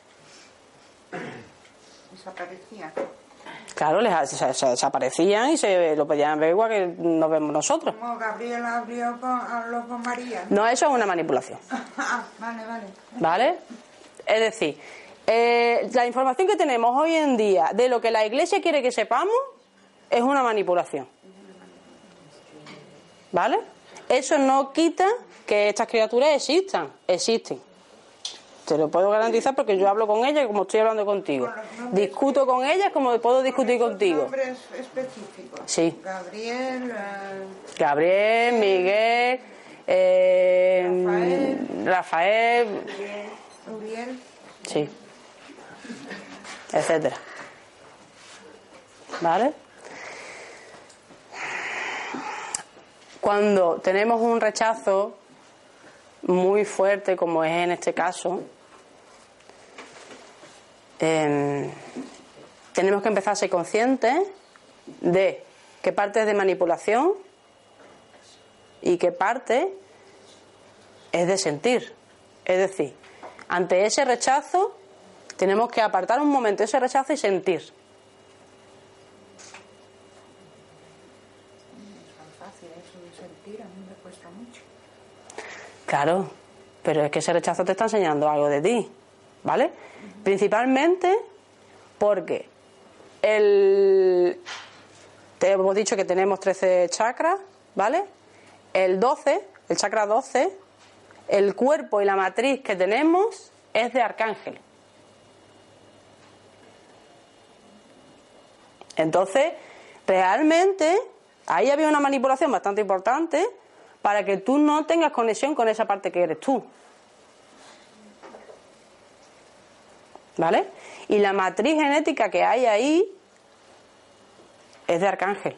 Desaparecían. Claro, les, se, se desaparecían y se lo podían ver igual que nos vemos nosotros. Como Gabriel abrió con, habló con María. No, eso es una manipulación. Ah, vale, vale. ¿Vale? Es decir, eh, la información que tenemos hoy en día de lo que la Iglesia quiere que sepamos es una manipulación. ¿Vale? Eso no quita que estas criaturas existan, existen. Te lo puedo garantizar porque yo hablo con ellas como estoy hablando contigo. Discuto con ellas como puedo discutir contigo. Nombres específicos. Sí. Gabriel, eh, Gabriel, Miguel, eh, Rafael, Rafael, Uriel. sí, etcétera. ¿Vale? Cuando tenemos un rechazo muy fuerte, como es en este caso, eh, tenemos que empezar a ser conscientes de qué parte es de manipulación y qué parte es de sentir. Es decir, ante ese rechazo tenemos que apartar un momento ese rechazo y sentir. Es tan fácil eso de sentir, a mí me cuesta mucho. Claro, pero es que ese rechazo te está enseñando algo de ti, ¿vale? Uh-huh. Principalmente porque el... te hemos dicho que tenemos trece chakras, ¿vale? El doce, el chakra doce, el cuerpo y la matriz que tenemos es de arcángel. Entonces, realmente, ahí había una manipulación bastante importante para que tú no tengas conexión con esa parte que eres tú. ¿Vale? Y la matriz genética que hay ahí es de arcángel.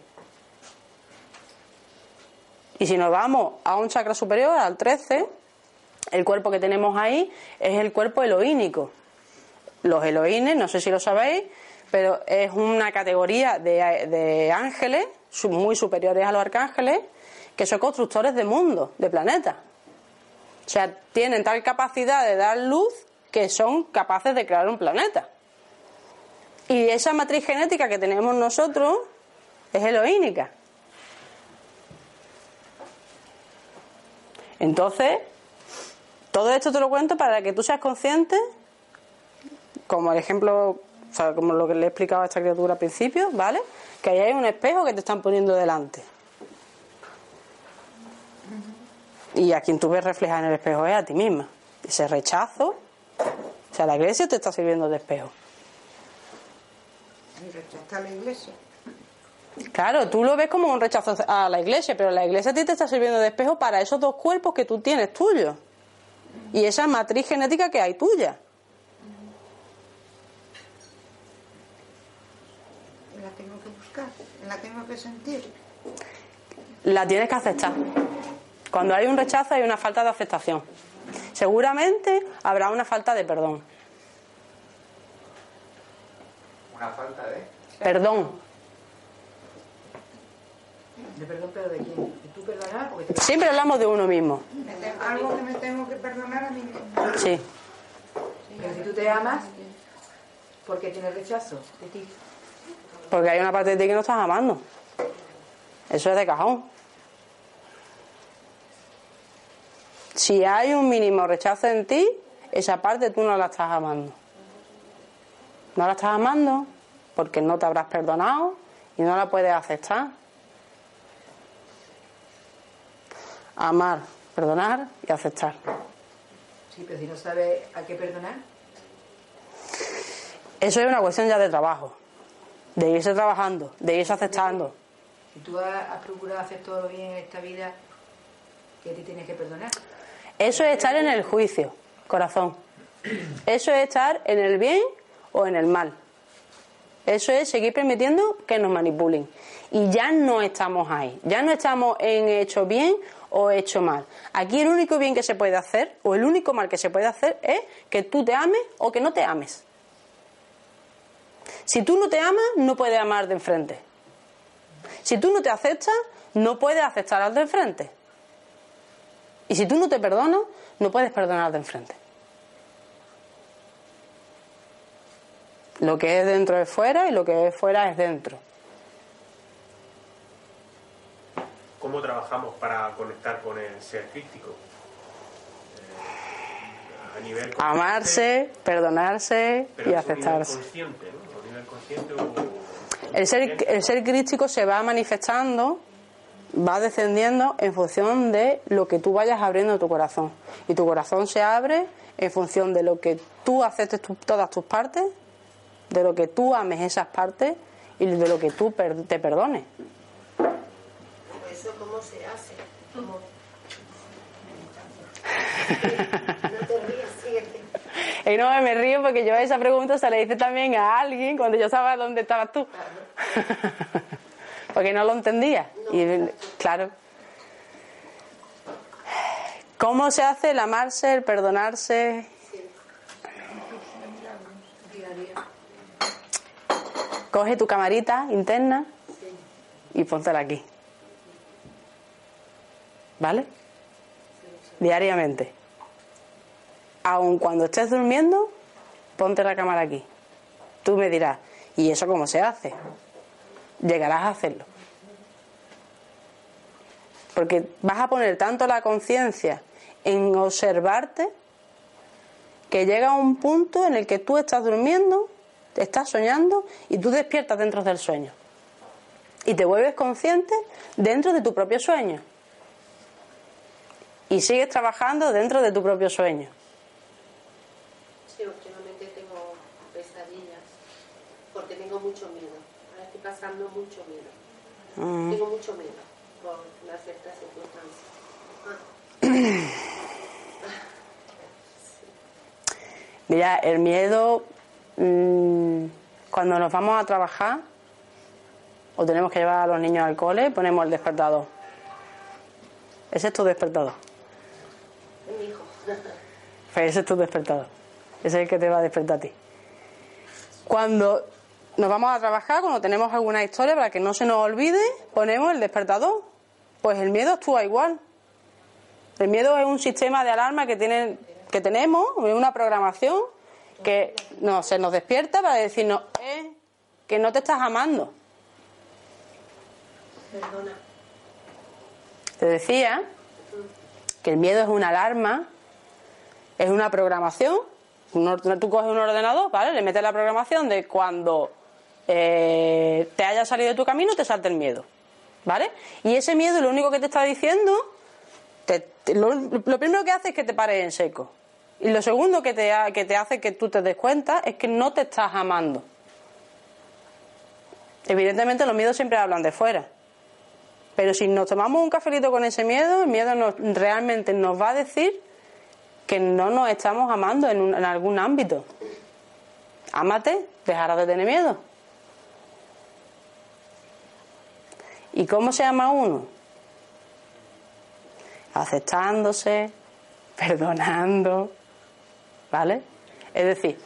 Y si nos vamos a un chakra superior, al trece, el cuerpo que tenemos ahí es el cuerpo elohínico. Los elohines, no sé si lo sabéis, pero es una categoría de, de ángeles muy superiores a los arcángeles, que son constructores de mundos, de planetas. O sea, tienen tal capacidad de dar luz que son capaces de crear un planeta. Y esa matriz genética que tenemos nosotros es elohínica. Entonces, todo esto te lo cuento para que tú seas consciente, como el ejemplo, o sea, como lo que le he explicado a esta criatura al principio, ¿vale? Que ahí hay un espejo que te están poniendo delante. Y a quien tú ves reflejada en el espejo es a ti misma. Ese rechazo, o sea, la iglesia te está sirviendo de espejo. Y rechaza a la iglesia. Claro, tú lo ves como un rechazo a la iglesia, pero la iglesia a ti te está sirviendo de espejo para esos dos cuerpos que tú tienes tuyos. Y esa matriz genética que hay tuya. La tengo que buscar, la tengo que sentir. La tienes que aceptar. Cuando hay un rechazo hay una falta de aceptación. Seguramente habrá una falta de perdón. ¿Una falta de? Perdón. ¿De perdón, pero de quién? ¿De tú perdonar? Porque te... Siempre hablamos de uno mismo. Algo que me tengo que perdonar a mí mismo. Sí. Pero si tú te amas, ¿por qué tienes rechazo de ti? Porque hay una parte de ti que no estás amando. Eso es de cajón. Si hay un mínimo rechazo en ti, esa parte tú no la estás amando. No la estás amando porque no te habrás perdonado y no la puedes aceptar. Amar, perdonar y aceptar. Sí, pero si no sabes a qué perdonar. Eso es una cuestión ya de trabajo, de irse trabajando, de irse aceptando. Si tú has, has procurado hacer todo lo bien en esta vida, ¿qué te tienes que perdonar? Eso es estar en el juicio, corazón. Eso es estar en el bien o en el mal. Eso es seguir permitiendo que nos manipulen. Y ya no estamos ahí. Ya no estamos en hecho bien o hecho mal. Aquí el único bien que se puede hacer, o el único mal que se puede hacer, es que tú te ames o que no te ames. Si tú no te amas, no puedes amar de enfrente. Si tú no te aceptas, no puedes aceptar al de enfrente. Y si tú no te perdonas, no puedes perdonar al de enfrente. Lo que es dentro es fuera y lo que es fuera es dentro. ¿Cómo trabajamos para conectar con el ser crítico? Eh, a nivel consciente, amarse, perdonarse pero y es un nivel aceptarse. consciente, ¿no? A nivel consciente o... El ser, el ser crítico se va manifestando, va descendiendo en función de lo que tú vayas abriendo tu corazón. Y tu corazón se abre en función de lo que tú aceptes tu, todas tus partes, de lo que tú ames esas partes y de lo que tú per, te perdones. ¿Eso cómo se hace? ¿Cómo? No te rías, síguete. Y no me río porque yo esa pregunta se la hice también a alguien cuando yo sabía dónde estabas tú. Porque no lo entendía. Y claro. ¿Cómo se hace el amarse, el perdonarse? Coge tu camarita interna y póntela aquí. ¿Vale? Diariamente. Aun cuando estés durmiendo, ponte la cámara aquí. Tú me dirás, ¿y eso cómo se hace? Llegarás a hacerlo. Porque vas a poner tanto la conciencia en observarte que llega un punto en el que tú estás durmiendo, estás soñando y tú despiertas dentro del sueño. Y te vuelves consciente dentro de tu propio sueño. Y sigues trabajando dentro de tu propio sueño. Sí, últimamente tengo pesadillas porque tengo mucho miedo. Ahora estoy pasando mucho miedo. Mm. Tengo mucho miedo por una cierta circunstancia. Ah. Mira, el miedo, mmm, cuando nos vamos a trabajar o tenemos que llevar a los niños al cole, ponemos el despertador. Ese es tu despertador. Es mi hijo. Pues ese es tu despertador. Ese es el que te va a despertar a ti. Cuando nos vamos a trabajar, cuando tenemos alguna historia, para que no se nos olvide, ponemos el despertador. Pues el miedo actúa igual. El miedo es un sistema de alarma que tiene, que tenemos, es una programación que no, se nos despierta para decirnos eh, que no te estás amando. Perdona. Te decía que el miedo es una alarma, es una programación. Tú coges un ordenador, ¿vale? Le metes la programación de cuando eh, te haya salido de tu camino, te salte el miedo, ¿vale? Y ese miedo lo único que te está diciendo, te, te, lo, lo primero que hace es que te pares en seco. Y lo segundo que te, que te hace que tú te des cuenta es que no te estás amando. Evidentemente los miedos siempre hablan de fuera. Pero si nos tomamos un cafelito con ese miedo, el miedo nos, realmente nos va a decir que no nos estamos amando en, un, en algún ámbito. Ámate, dejarás de tener miedo. ¿Y cómo se ama uno? Aceptándose, perdonando, ¿vale? Es decir,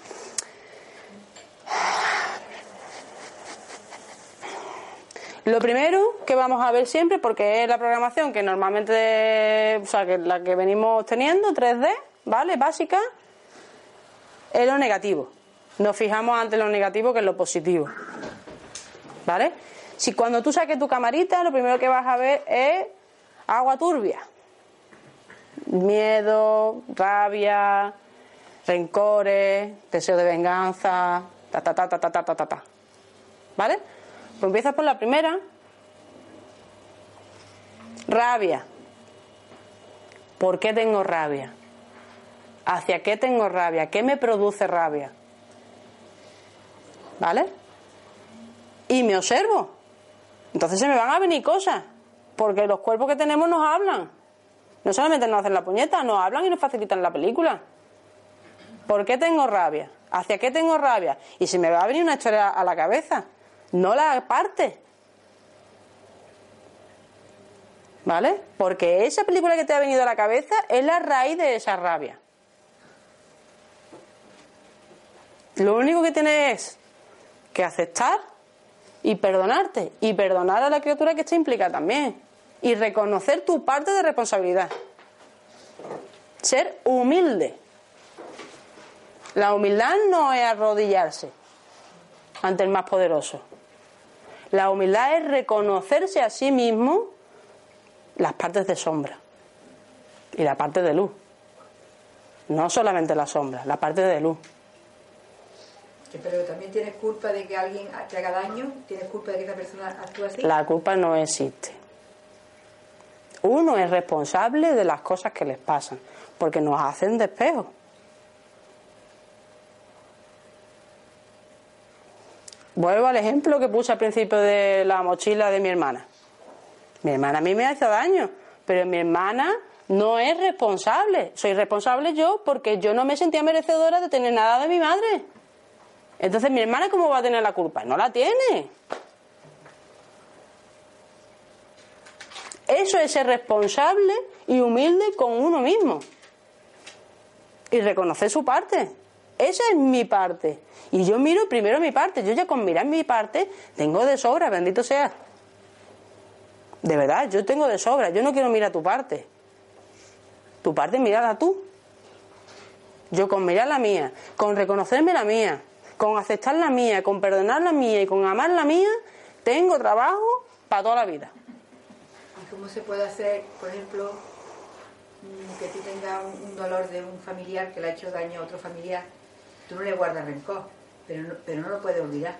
lo primero que vamos a ver siempre, porque es la programación que normalmente, o sea, que la que venimos teniendo, tres D, ¿vale? Básica, es lo negativo. Nos fijamos ante lo negativo que es lo positivo, ¿vale? Si cuando tú saques tu camarita, lo primero que vas a ver es agua turbia. Miedo, rabia, rencores, deseo de venganza, ta ta ta ta ta ta ta ta, ta. ¿Vale? Pues empiezas por la primera. Rabia. ¿Por qué tengo rabia? ¿Hacia qué tengo rabia? ¿Qué me produce rabia? ¿Vale? Y me observo. Entonces se me van a venir cosas, porque los cuerpos que tenemos nos hablan. No solamente nos hacen la puñeta, nos hablan y nos facilitan la película. ¿Por qué tengo rabia? ¿Hacia qué tengo rabia? Y si me va a venir una historia a la cabeza, no la aparte. ¿Vale? Porque esa película que te ha venido a la cabeza es la raíz de esa rabia. Lo único que tienes es que aceptar y perdonarte, y perdonar a la criatura que está implicada también, y reconocer tu parte de responsabilidad. Ser humilde. La humildad no es arrodillarse ante el más poderoso. La humildad es reconocerse a sí mismo las partes de sombra y la parte de luz. No solamente la sombra, la parte de luz. Pero también tienes culpa de que alguien te haga daño, tienes culpa de que esa persona actúe así. La culpa no existe. Uno es responsable de las cosas que les pasan, porque nos hacen de espejo. Vuelvo al ejemplo que puse al principio de la mochila de mi hermana. Mi hermana a mí me hace daño, pero mi hermana no es responsable. Soy responsable yo porque yo no me sentía merecedora de tener nada de mi madre. Entonces, ¿mi hermana cómo va a tener la culpa? No la tiene. Eso es ser responsable y humilde con uno mismo. Y reconocer su parte. Esa es mi parte. Y yo miro primero mi parte. Yo ya con mirar mi parte tengo de sobra, bendito sea. De verdad, yo tengo de sobra. Yo no quiero mirar tu parte. Tu parte, mírala tú. Yo con mirar la mía, con reconocerme la mía, con aceptar la mía, con perdonar la mía y con amar la mía, tengo trabajo para toda la vida. ¿Y cómo se puede hacer, por ejemplo, que tú tengas un dolor de un familiar que le ha hecho daño a otro familiar? Tú no le guardas rencor, pero no, pero no lo puedes olvidar.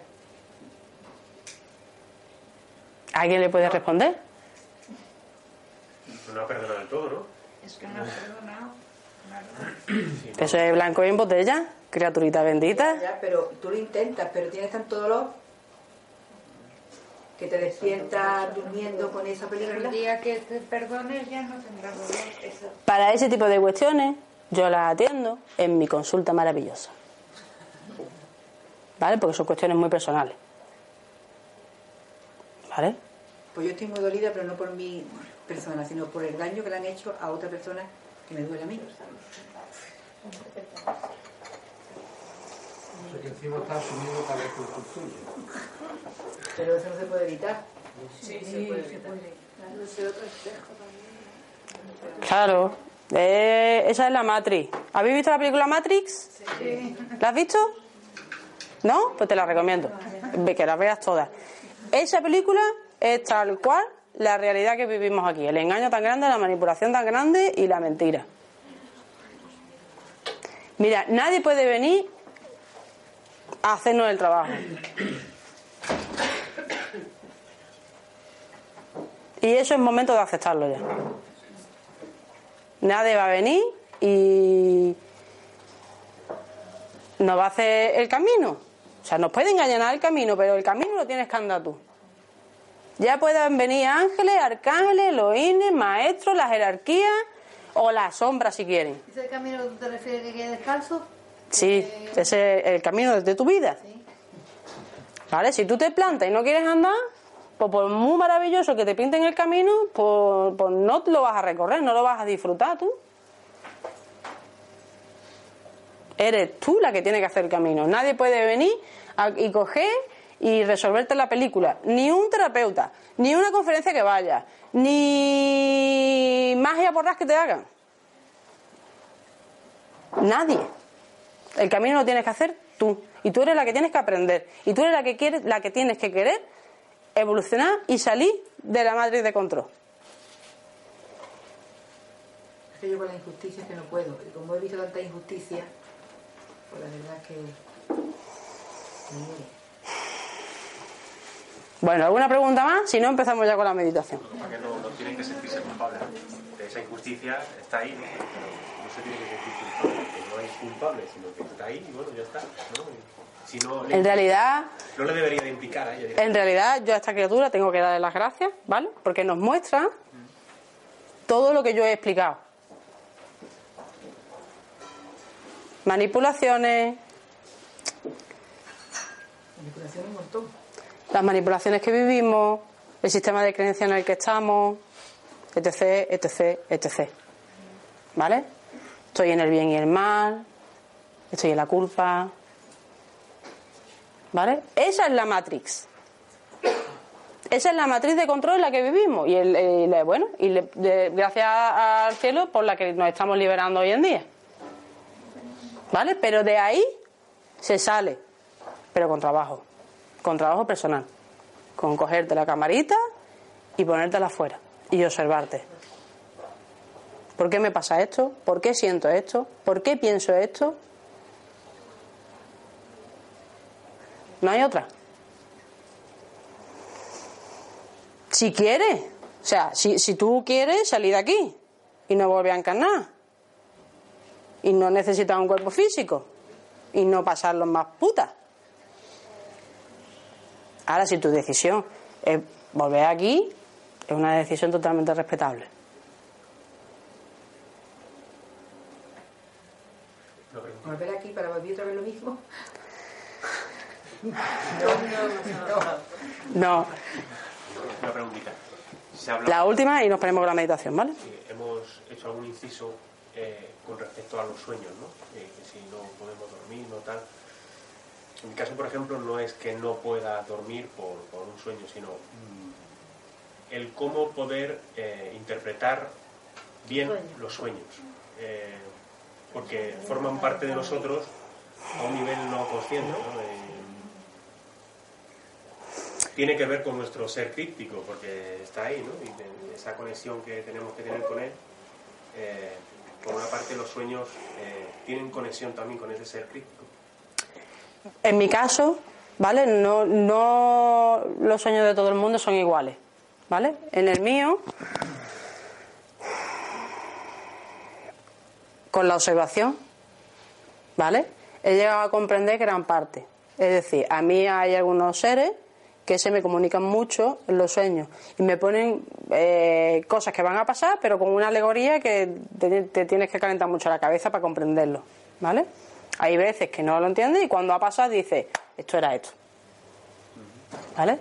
¿Alguien le puede responder? No ha perdonado del todo, ¿no? Es que no ha perdonado. Eso es blanco y en botella, criaturita bendita. Ya, ya, pero tú lo intentas, pero tienes tanto dolor que te despiertas durmiendo con esa película. El día que te perdones ya no tendrás dolor. Eso. Para ese tipo de cuestiones yo las atiendo en mi consulta maravillosa. ¿Vale? Porque son cuestiones muy personales. ¿Vale? Pues yo estoy muy dolida, pero no por mi persona, sino por el daño que le han hecho a otra persona que me duele a mí. O sea, que encima está asumiendo tal vez por tuyo. Pero eso no se puede evitar. Sí, sí, se puede evitar. No sé, otro espejo también. Claro. Eh, esa es la Matrix. ¿Habéis visto la película Matrix? Sí. ¿La has visto? ¿No? Pues te la recomiendo. Que las veas todas. Esa película es tal cual la realidad que vivimos aquí. El engaño tan grande, la manipulación tan grande y la mentira. Mira, nadie puede venir a hacernos el trabajo. Y eso es momento de aceptarlo ya. Nadie va a venir y nos va a hacer el camino. O sea, nos puede engañar el camino, pero el camino lo tienes que andar tú. Ya pueden venir ángeles, arcángeles, Elohim, maestros, la jerarquía o la sombra si quieren. ¿Ese camino te refieres que quede descalzo? Sí, eh... ese es el camino de tu vida. Sí. ¿Vale? Si tú te plantas y no quieres andar, pues por muy maravilloso que te pinten el camino, pues, pues no lo vas a recorrer, no lo vas a disfrutar tú. Eres tú la que tiene que hacer el camino. Nadie puede venir a, y coger y resolverte la película. Ni un terapeuta, ni una conferencia que vaya, ni magia porras que te hagan. Nadie. El camino lo tienes que hacer tú. Y tú eres la que tienes que aprender. Y tú eres la que quieres, la que tienes que querer evolucionar y salir de la matriz de control. que yo con la injusticia es que no puedo. Y como he visto tanta injusticia, pues la verdad es que me duele. Bueno, ¿alguna pregunta más? Si no, empezamos ya con la meditación. Para que no, no tienen que sentirse culpables. De esa injusticia está ahí, ¿no? Pero no se tiene que sentir culpable, que no es culpable, sino que está ahí y bueno, ya está, ¿no? Si no, En realidad, no le debería de implicar a ella. en realidad yo a esta criatura tengo que darle las gracias, ¿vale? Porque nos muestra todo lo que yo he explicado. Manipulaciones, Manipulación un montón. las manipulaciones que vivimos, el sistema de creencia en el que estamos, etc, etc, etc. ¿Vale? Estoy en el bien y el mal, estoy en la culpa. ¿Vale? Esa es la matrix. Esa es la matriz de control en la que vivimos. Y, el, el, bueno, y le, de, gracias al cielo por la que nos estamos liberando hoy en día. ¿Vale? Pero de ahí se sale. Pero con trabajo. Con trabajo personal. Con cogerte la camarita y ponértela afuera. Y observarte. ¿Por qué me pasa esto? ¿Por qué siento esto? ¿Por qué pienso esto? No hay otra. Si quieres, o sea, si, si tú quieres salir de aquí y no volver a encarnar y no necesitas un cuerpo físico y no pasarlo más putas. Ahora, si tu decisión es volver aquí, es una decisión totalmente respetable. Volver aquí para volver otra vez lo mismo. No. Una preguntita. Se habla... La última y nos ponemos con la meditación, ¿vale? Sí, hemos hecho algún inciso eh, con respecto a los sueños, ¿no? Eh, que si no podemos dormir, no tal. En mi caso, por ejemplo, no es que no pueda dormir por, por un sueño, sino mmm, el cómo poder eh, interpretar bien Sueño. los sueños. Eh, porque forman parte de nosotros a un nivel no consciente, ¿no? Eh, tiene que ver con nuestro ser críptico, porque está ahí, ¿no? Y esa conexión que tenemos que tener con él. Eh, por una parte, los sueños eh, tienen conexión también con ese ser críptico. En mi caso, ¿vale? No, no los sueños de todo el mundo son iguales, ¿vale? En el mío, con la observación, ¿vale? He llegado a comprender gran parte. Es decir, a mí hay algunos seres que se me comunican mucho en los sueños y me ponen eh, cosas que van a pasar, pero con una alegoría que te, te tienes que calentar mucho la cabeza para comprenderlo, ¿vale? Hay veces que no lo entiendes y cuando ha pasado dices, esto era esto, ¿vale?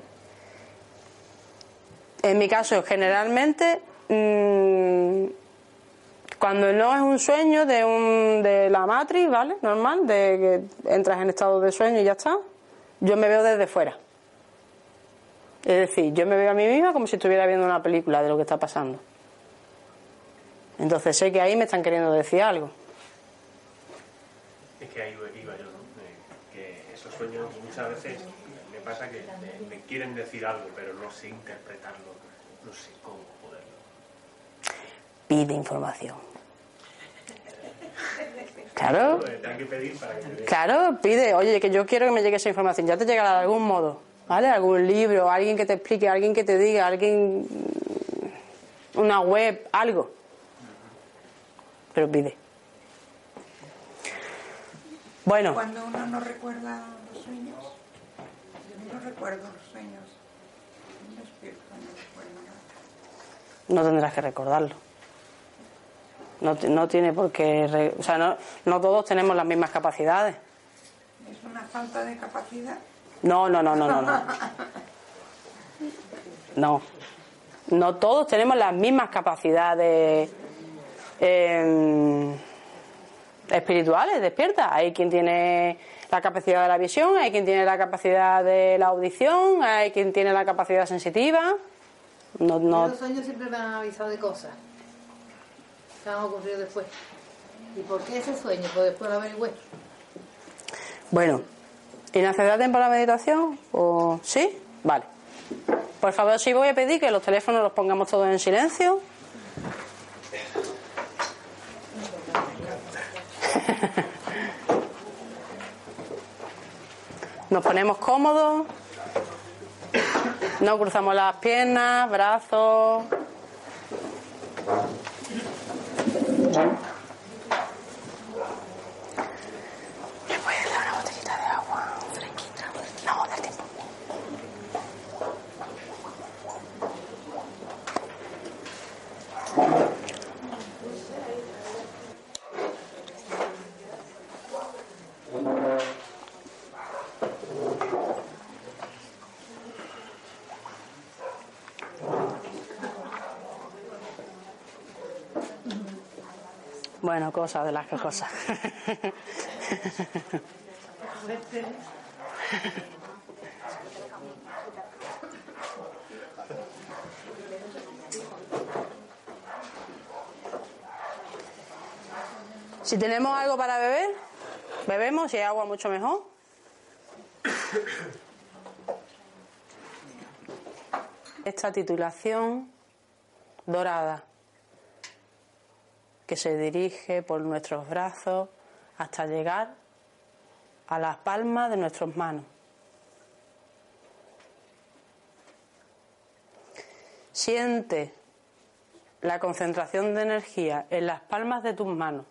En mi caso, generalmente, mmm, cuando no es un sueño de, un, de la matriz, ¿vale? Normal, de que entras en estado de sueño y ya está, yo me veo desde fuera. Es decir, yo me veo a mí misma como si estuviera viendo una película de lo que está pasando. Entonces sé que ahí me están queriendo decir algo. Es que ahí iba yo, ¿no? Que esos sueños muchas veces me pasa que me, me quieren decir algo, pero no sé interpretarlo, no sé cómo poderlo. Pide información. Claro. Te hay que pedir para que te dé. Claro, pide, oye, que yo quiero que me llegue esa información. Ya te llegará de algún modo, ¿vale? Algún libro, alguien que te explique, alguien que te diga, alguien, una web, algo. Pero pide. Bueno. Cuando uno no recuerda los sueños, yo no recuerdo los sueños. Me despierto, no recuerdo nada. No tendrás que recordarlo. No, no tiene por qué... Re, o sea, no, no todos tenemos las mismas capacidades. ¿Es una falta de capacidad? No, no, no, no, no. No, no, no todos tenemos las mismas capacidades eh, espirituales, despiertas. Hay quien tiene la capacidad de la visión, hay quien tiene la capacidad de la audición, hay quien tiene la capacidad sensitiva. No, no. Los sueños siempre me han avisado de cosas que han ocurrido después. ¿Y por qué ese sueño? Pues después lo averigüé. Bueno, ¿y no hace tiempo la meditación? ¿O sí? Vale. Por favor, sí voy a pedir que los teléfonos los pongamos todos en silencio. Nos ponemos cómodos, no cruzamos las piernas, brazos. ¿Me puedes dar una botellita de agua fresquita? No, del tiempo. Bueno, cosas de las que cosas. Si tenemos algo para beber, bebemos, si hay agua mucho mejor. Esta titulación dorada que se dirige por nuestros brazos hasta llegar a las palmas de nuestras manos. Siente la concentración de energía en las palmas de tus manos.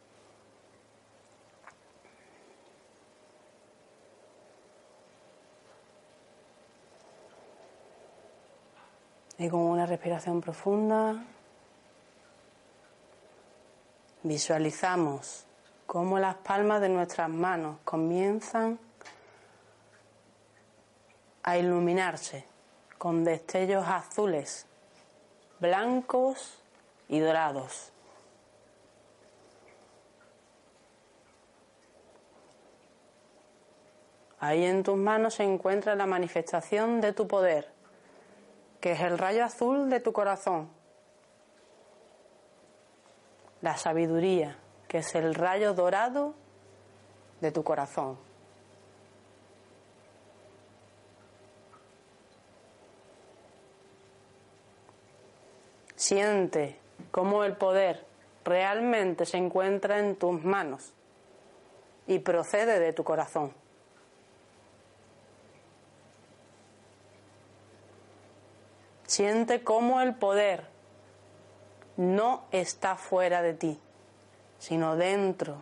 Y con una respiración profunda visualizamos cómo las palmas de nuestras manos comienzan a iluminarse con destellos azules, blancos y dorados. Ahí en tus manos se encuentra la manifestación de tu poder, que es el rayo azul de tu corazón. La sabiduría, que es el rayo dorado de tu corazón. Siente cómo el poder realmente se encuentra en tus manos y procede de tu corazón. Siente cómo el poder no está fuera de ti, sino dentro,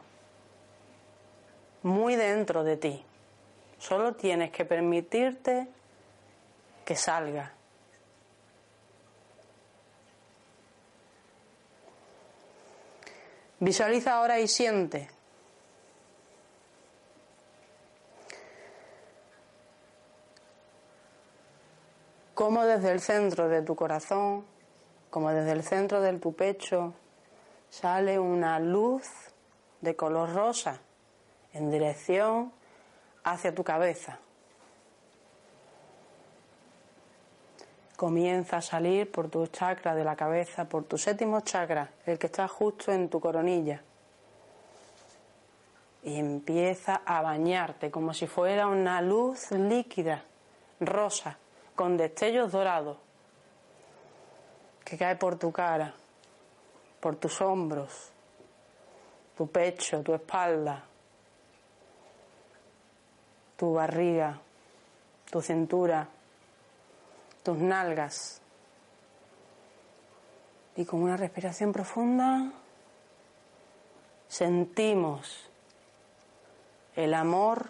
muy dentro de ti. Solo tienes que permitirte que salga. Visualiza ahora y siente cómo desde el centro de tu corazón, como desde el centro de tu pecho, sale una luz de color rosa en dirección hacia tu cabeza. Comienza a salir por tu chakra de la cabeza, por tu séptimo chakra, el que está justo en tu coronilla. Y empieza a bañarte como si fuera una luz líquida, rosa, con destellos dorados, que cae por tu cara, por tus hombros, tu pecho, tu espalda, tu barriga, tu cintura, tus nalgas. Y con una respiración profunda sentimos el amor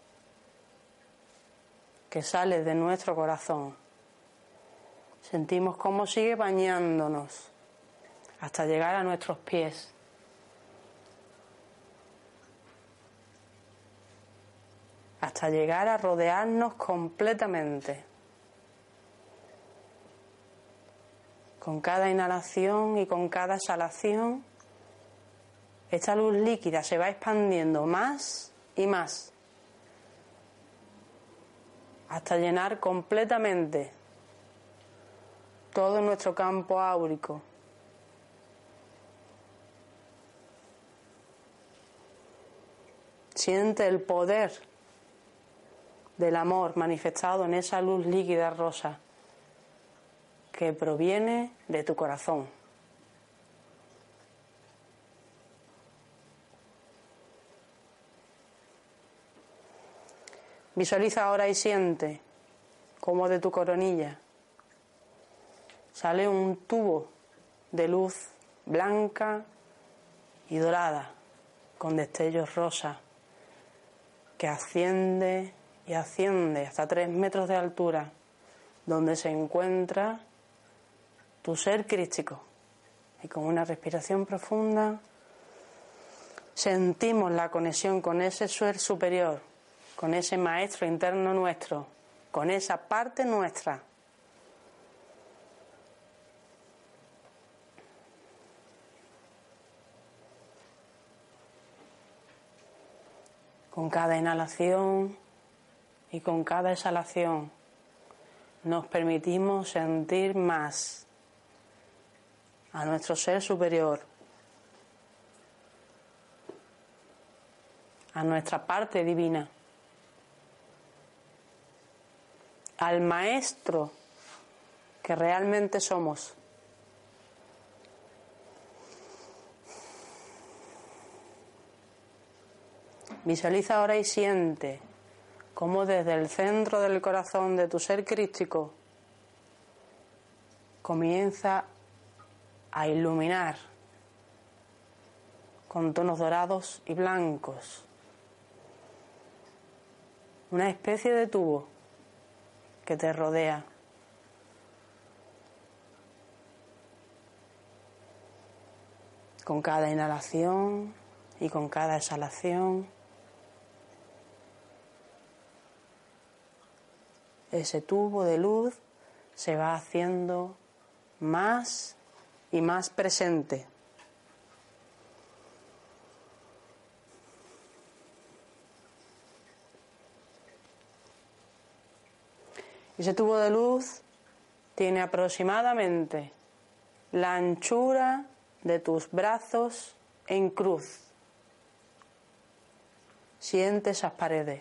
que sale de nuestro corazón. Sentimos cómo sigue bañándonos hasta llegar a nuestros pies. Hasta llegar a rodearnos completamente. Con cada inhalación y con cada exhalación, esta luz líquida se va expandiendo más y más, hasta llenar completamente todo nuestro campo áurico. Siente el poder del amor manifestado en esa luz líquida rosa que proviene de tu corazón. Visualiza ahora y siente cómo de tu coronilla sale un tubo de luz blanca y dorada con destellos rosas que asciende y asciende hasta tres metros de altura, donde se encuentra tu ser crístico. Y con una respiración profunda sentimos la conexión con ese ser superior, con ese maestro interno nuestro, con esa parte nuestra. Con cada inhalación y con cada exhalación nos permitimos sentir más a nuestro ser superior, a nuestra parte divina, al maestro que realmente somos. Visualiza ahora y siente cómo desde el centro del corazón de tu ser crístico comienza a iluminar con tonos dorados y blancos una especie de tubo que te rodea. Con cada inhalación y con cada exhalación, ese tubo de luz se va haciendo más y más presente. Ese tubo de luz tiene aproximadamente la anchura de tus brazos en cruz. Siente esas paredes.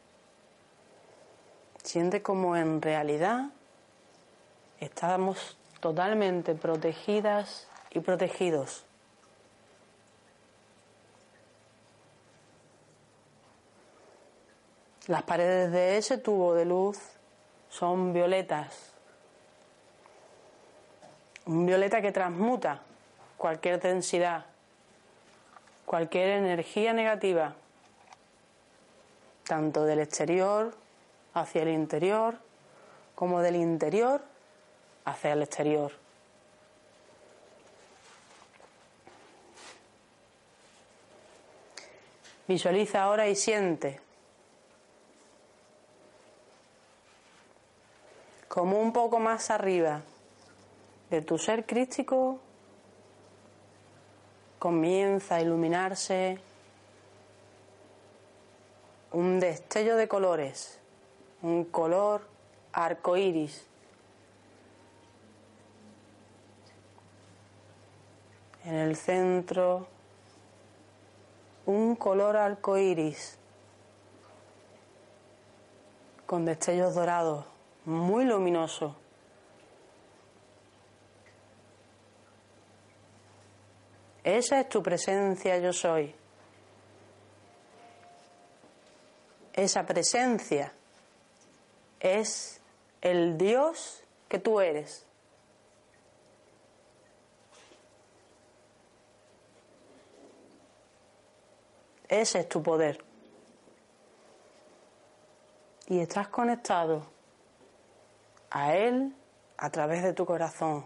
Siente como en realidad estamos totalmente protegidas y protegidos. Las paredes de ese tubo de luz son violetas. Un violeta que transmuta cualquier densidad, cualquier energía negativa, tanto del exterior hacia el interior, como del interior hacia el exterior. Visualiza ahora y siente como un poco más arriba de tu ser crístico comienza a iluminarse un destello de colores, un color arcoíris. En el centro, un color arcoíris con destellos dorados, muy luminoso. Esa es tu presencia, yo soy. Esa presencia es el Dios que tú eres. Ese es tu poder. Y estás conectado a Él a través de tu corazón.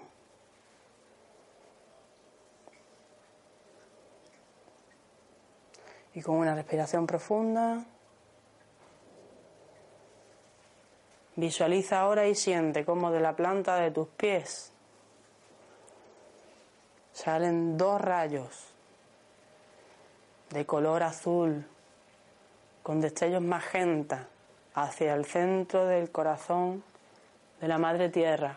Y con una respiración profunda, visualiza ahora y siente cómo de la planta de tus pies salen dos rayos de color azul con destellos magenta hacia el centro del corazón de la Madre Tierra.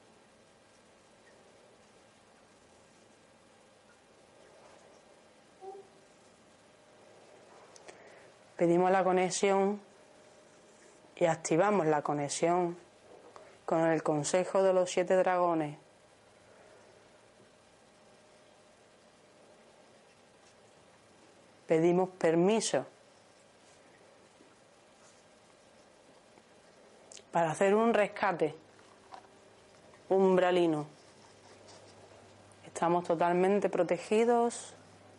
Pedimos la conexión y activamos la conexión con el Consejo de los Siete Dragones. Pedimos permiso para hacer un rescate umbralino. Estamos totalmente protegidos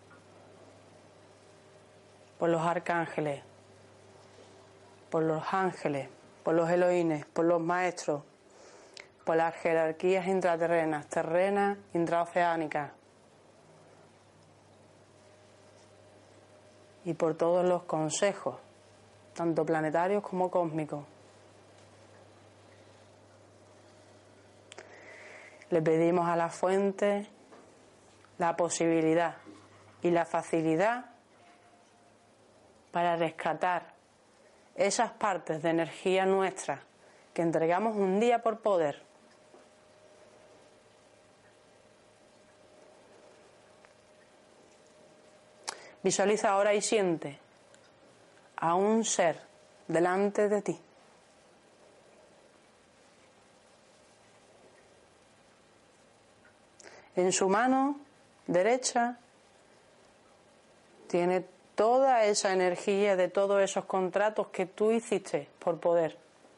por los arcángeles, por los ángeles, por los Elohines, por los maestros, por las jerarquías intraterrenas, terrenas, intraoceánicas, y por todos los consejos, tanto planetarios como cósmicos. Le pedimos a la fuente la posibilidad y la facilidad para rescatar esas partes de energía nuestra que entregamos un día por poder. Visualiza ahora y siente a un ser delante de ti. En su mano derecha tiene toda esa energía de todos esos contratos que tú hiciste por poder.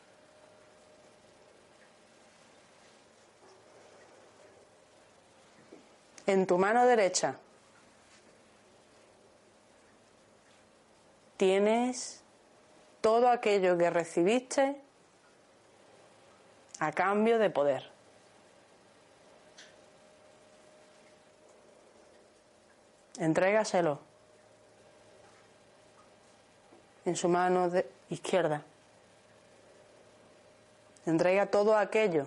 En tu mano derecha tienes todo aquello que recibiste a cambio de poder. Entrégaselo en su mano de izquierda. Entrega todo aquello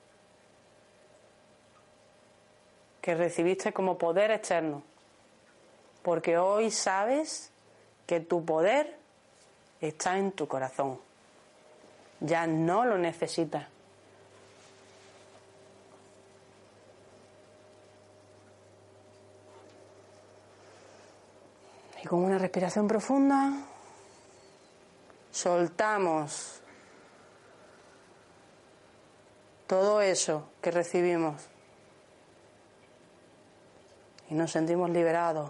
que recibiste como poder externo, porque hoy sabes que tu poder está en tu corazón. Ya no lo necesitas. Y con una respiración profunda soltamos todo eso que recibimos y nos sentimos liberados.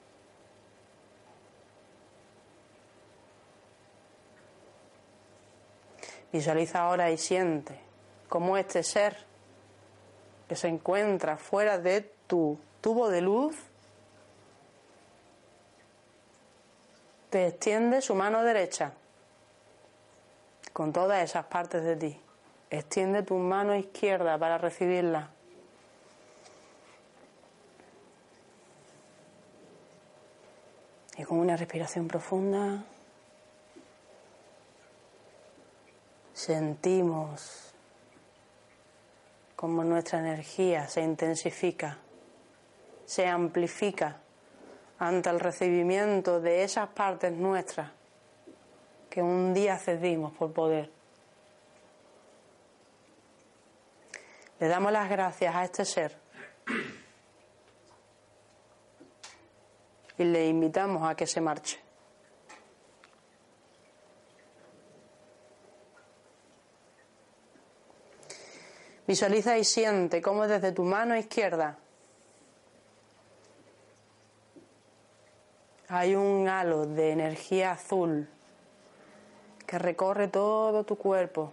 Visualiza ahora y siente cómo este ser que se encuentra fuera de tu tubo de luz te extiende su mano derecha con todas esas partes de ti. Extiende tu mano izquierda para recibirla. Y con una respiración profunda sentimos cómo nuestra energía se intensifica, se amplifica ante el recibimiento de esas partes nuestras que un día cedimos por poder. Le damos las gracias a este ser y le invitamos a que se marche. Visualiza y siente cómo desde tu mano izquierda hay un halo de energía azul que recorre todo tu cuerpo.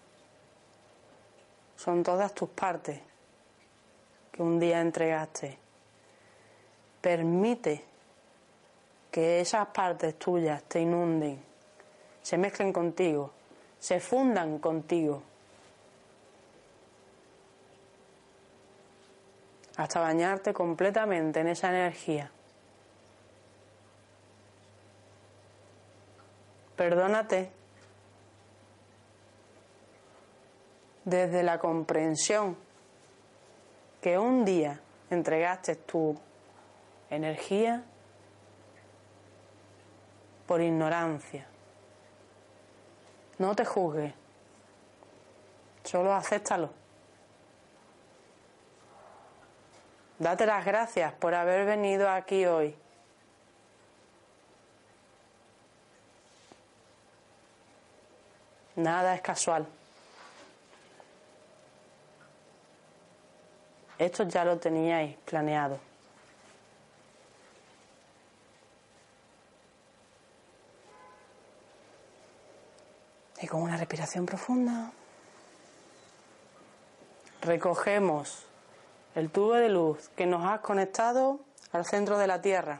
Son todas tus partes que un día entregaste. Permite que esas partes tuyas te inunden, se mezclen contigo, se fundan contigo, hasta bañarte completamente en esa energía. Perdónate desde la comprensión que un día entregaste tu energía por ignorancia. No te juzgues, solo acéptalo. Date las gracias por haber venido aquí hoy. Nada es casual. Esto ya lo teníais planeado. Y con una respiración profunda recogemos el tubo de luz que nos ha conectado al centro de la Tierra.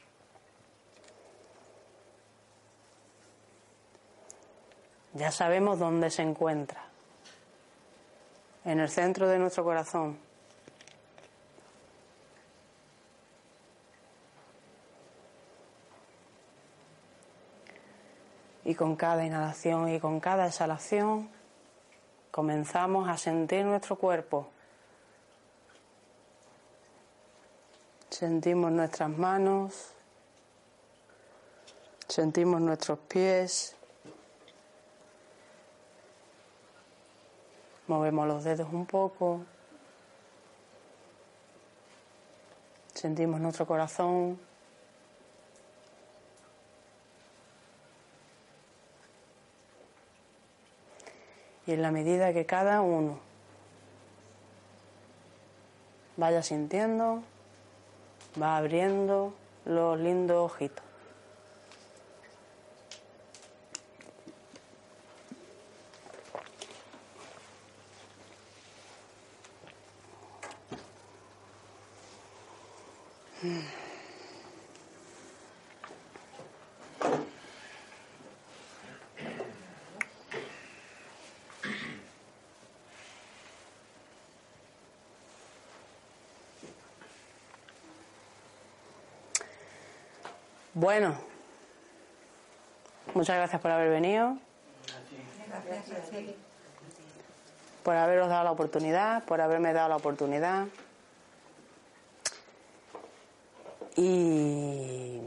Ya sabemos dónde se encuentra, en el centro de nuestro corazón. Y con cada inhalación y con cada exhalación comenzamos a sentir nuestro cuerpo. Sentimos nuestras manos, sentimos nuestros pies, movemos los dedos un poco, sentimos nuestro corazón. Y en la medida que cada uno vaya sintiendo, va abriendo los lindos ojitos. Bueno, muchas gracias por haber venido, por haberos dado la oportunidad, por haberme dado la oportunidad. Y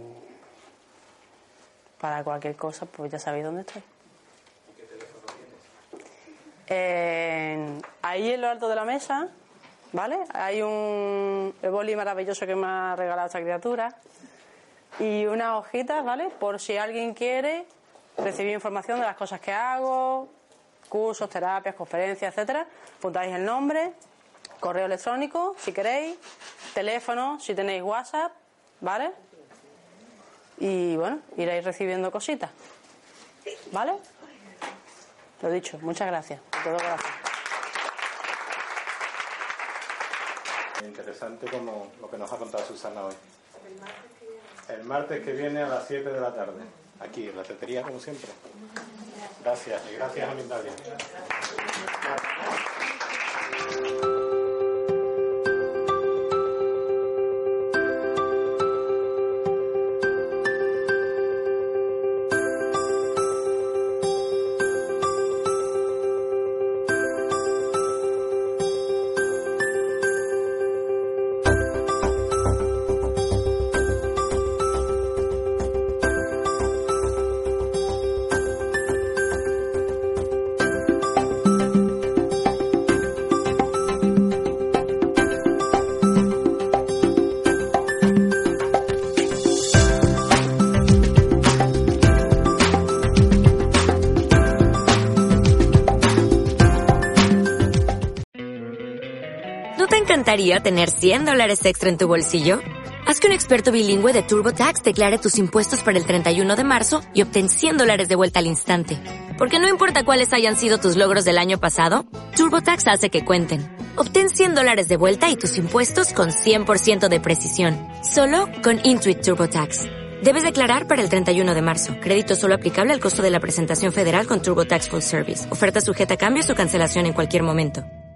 para cualquier cosa, pues ya sabéis dónde estoy. ¿Qué teléfono tienes? Eh, ahí en lo alto de la mesa, ¿vale? Hay un boli maravilloso que me ha regalado esta criatura. Y unas hojitas, ¿vale? Por si alguien quiere recibir información de las cosas que hago, cursos, terapias, conferencias, etcétera. Apuntáis el nombre, correo electrónico, si queréis, teléfono, si tenéis WhatsApp, ¿vale? Y bueno, iréis recibiendo cositas, ¿vale? Lo dicho, muchas gracias. De todo corazón. Interesante como lo que nos ha contado Susana hoy. El martes que viene a las siete de la tarde, aquí en la tetería como siempre. Gracias y gracias a Mindalia. ¿Encantaría tener cien dólares extra en tu bolsillo? Haz que un experto bilingüe de TurboTax declare tus impuestos para el treinta y uno de marzo y obtén cien dólares de vuelta al instante. Porque no importa cuáles hayan sido tus logros del año pasado, TurboTax hace que cuenten. Obtén cien dólares de vuelta y tus impuestos con cien por ciento de precisión. Solo con Intuit TurboTax. Debes declarar para el treinta y uno de marzo. Crédito solo aplicable al costo de la presentación federal con TurboTax Full Service. Oferta sujeta a cambios o cancelación en cualquier momento.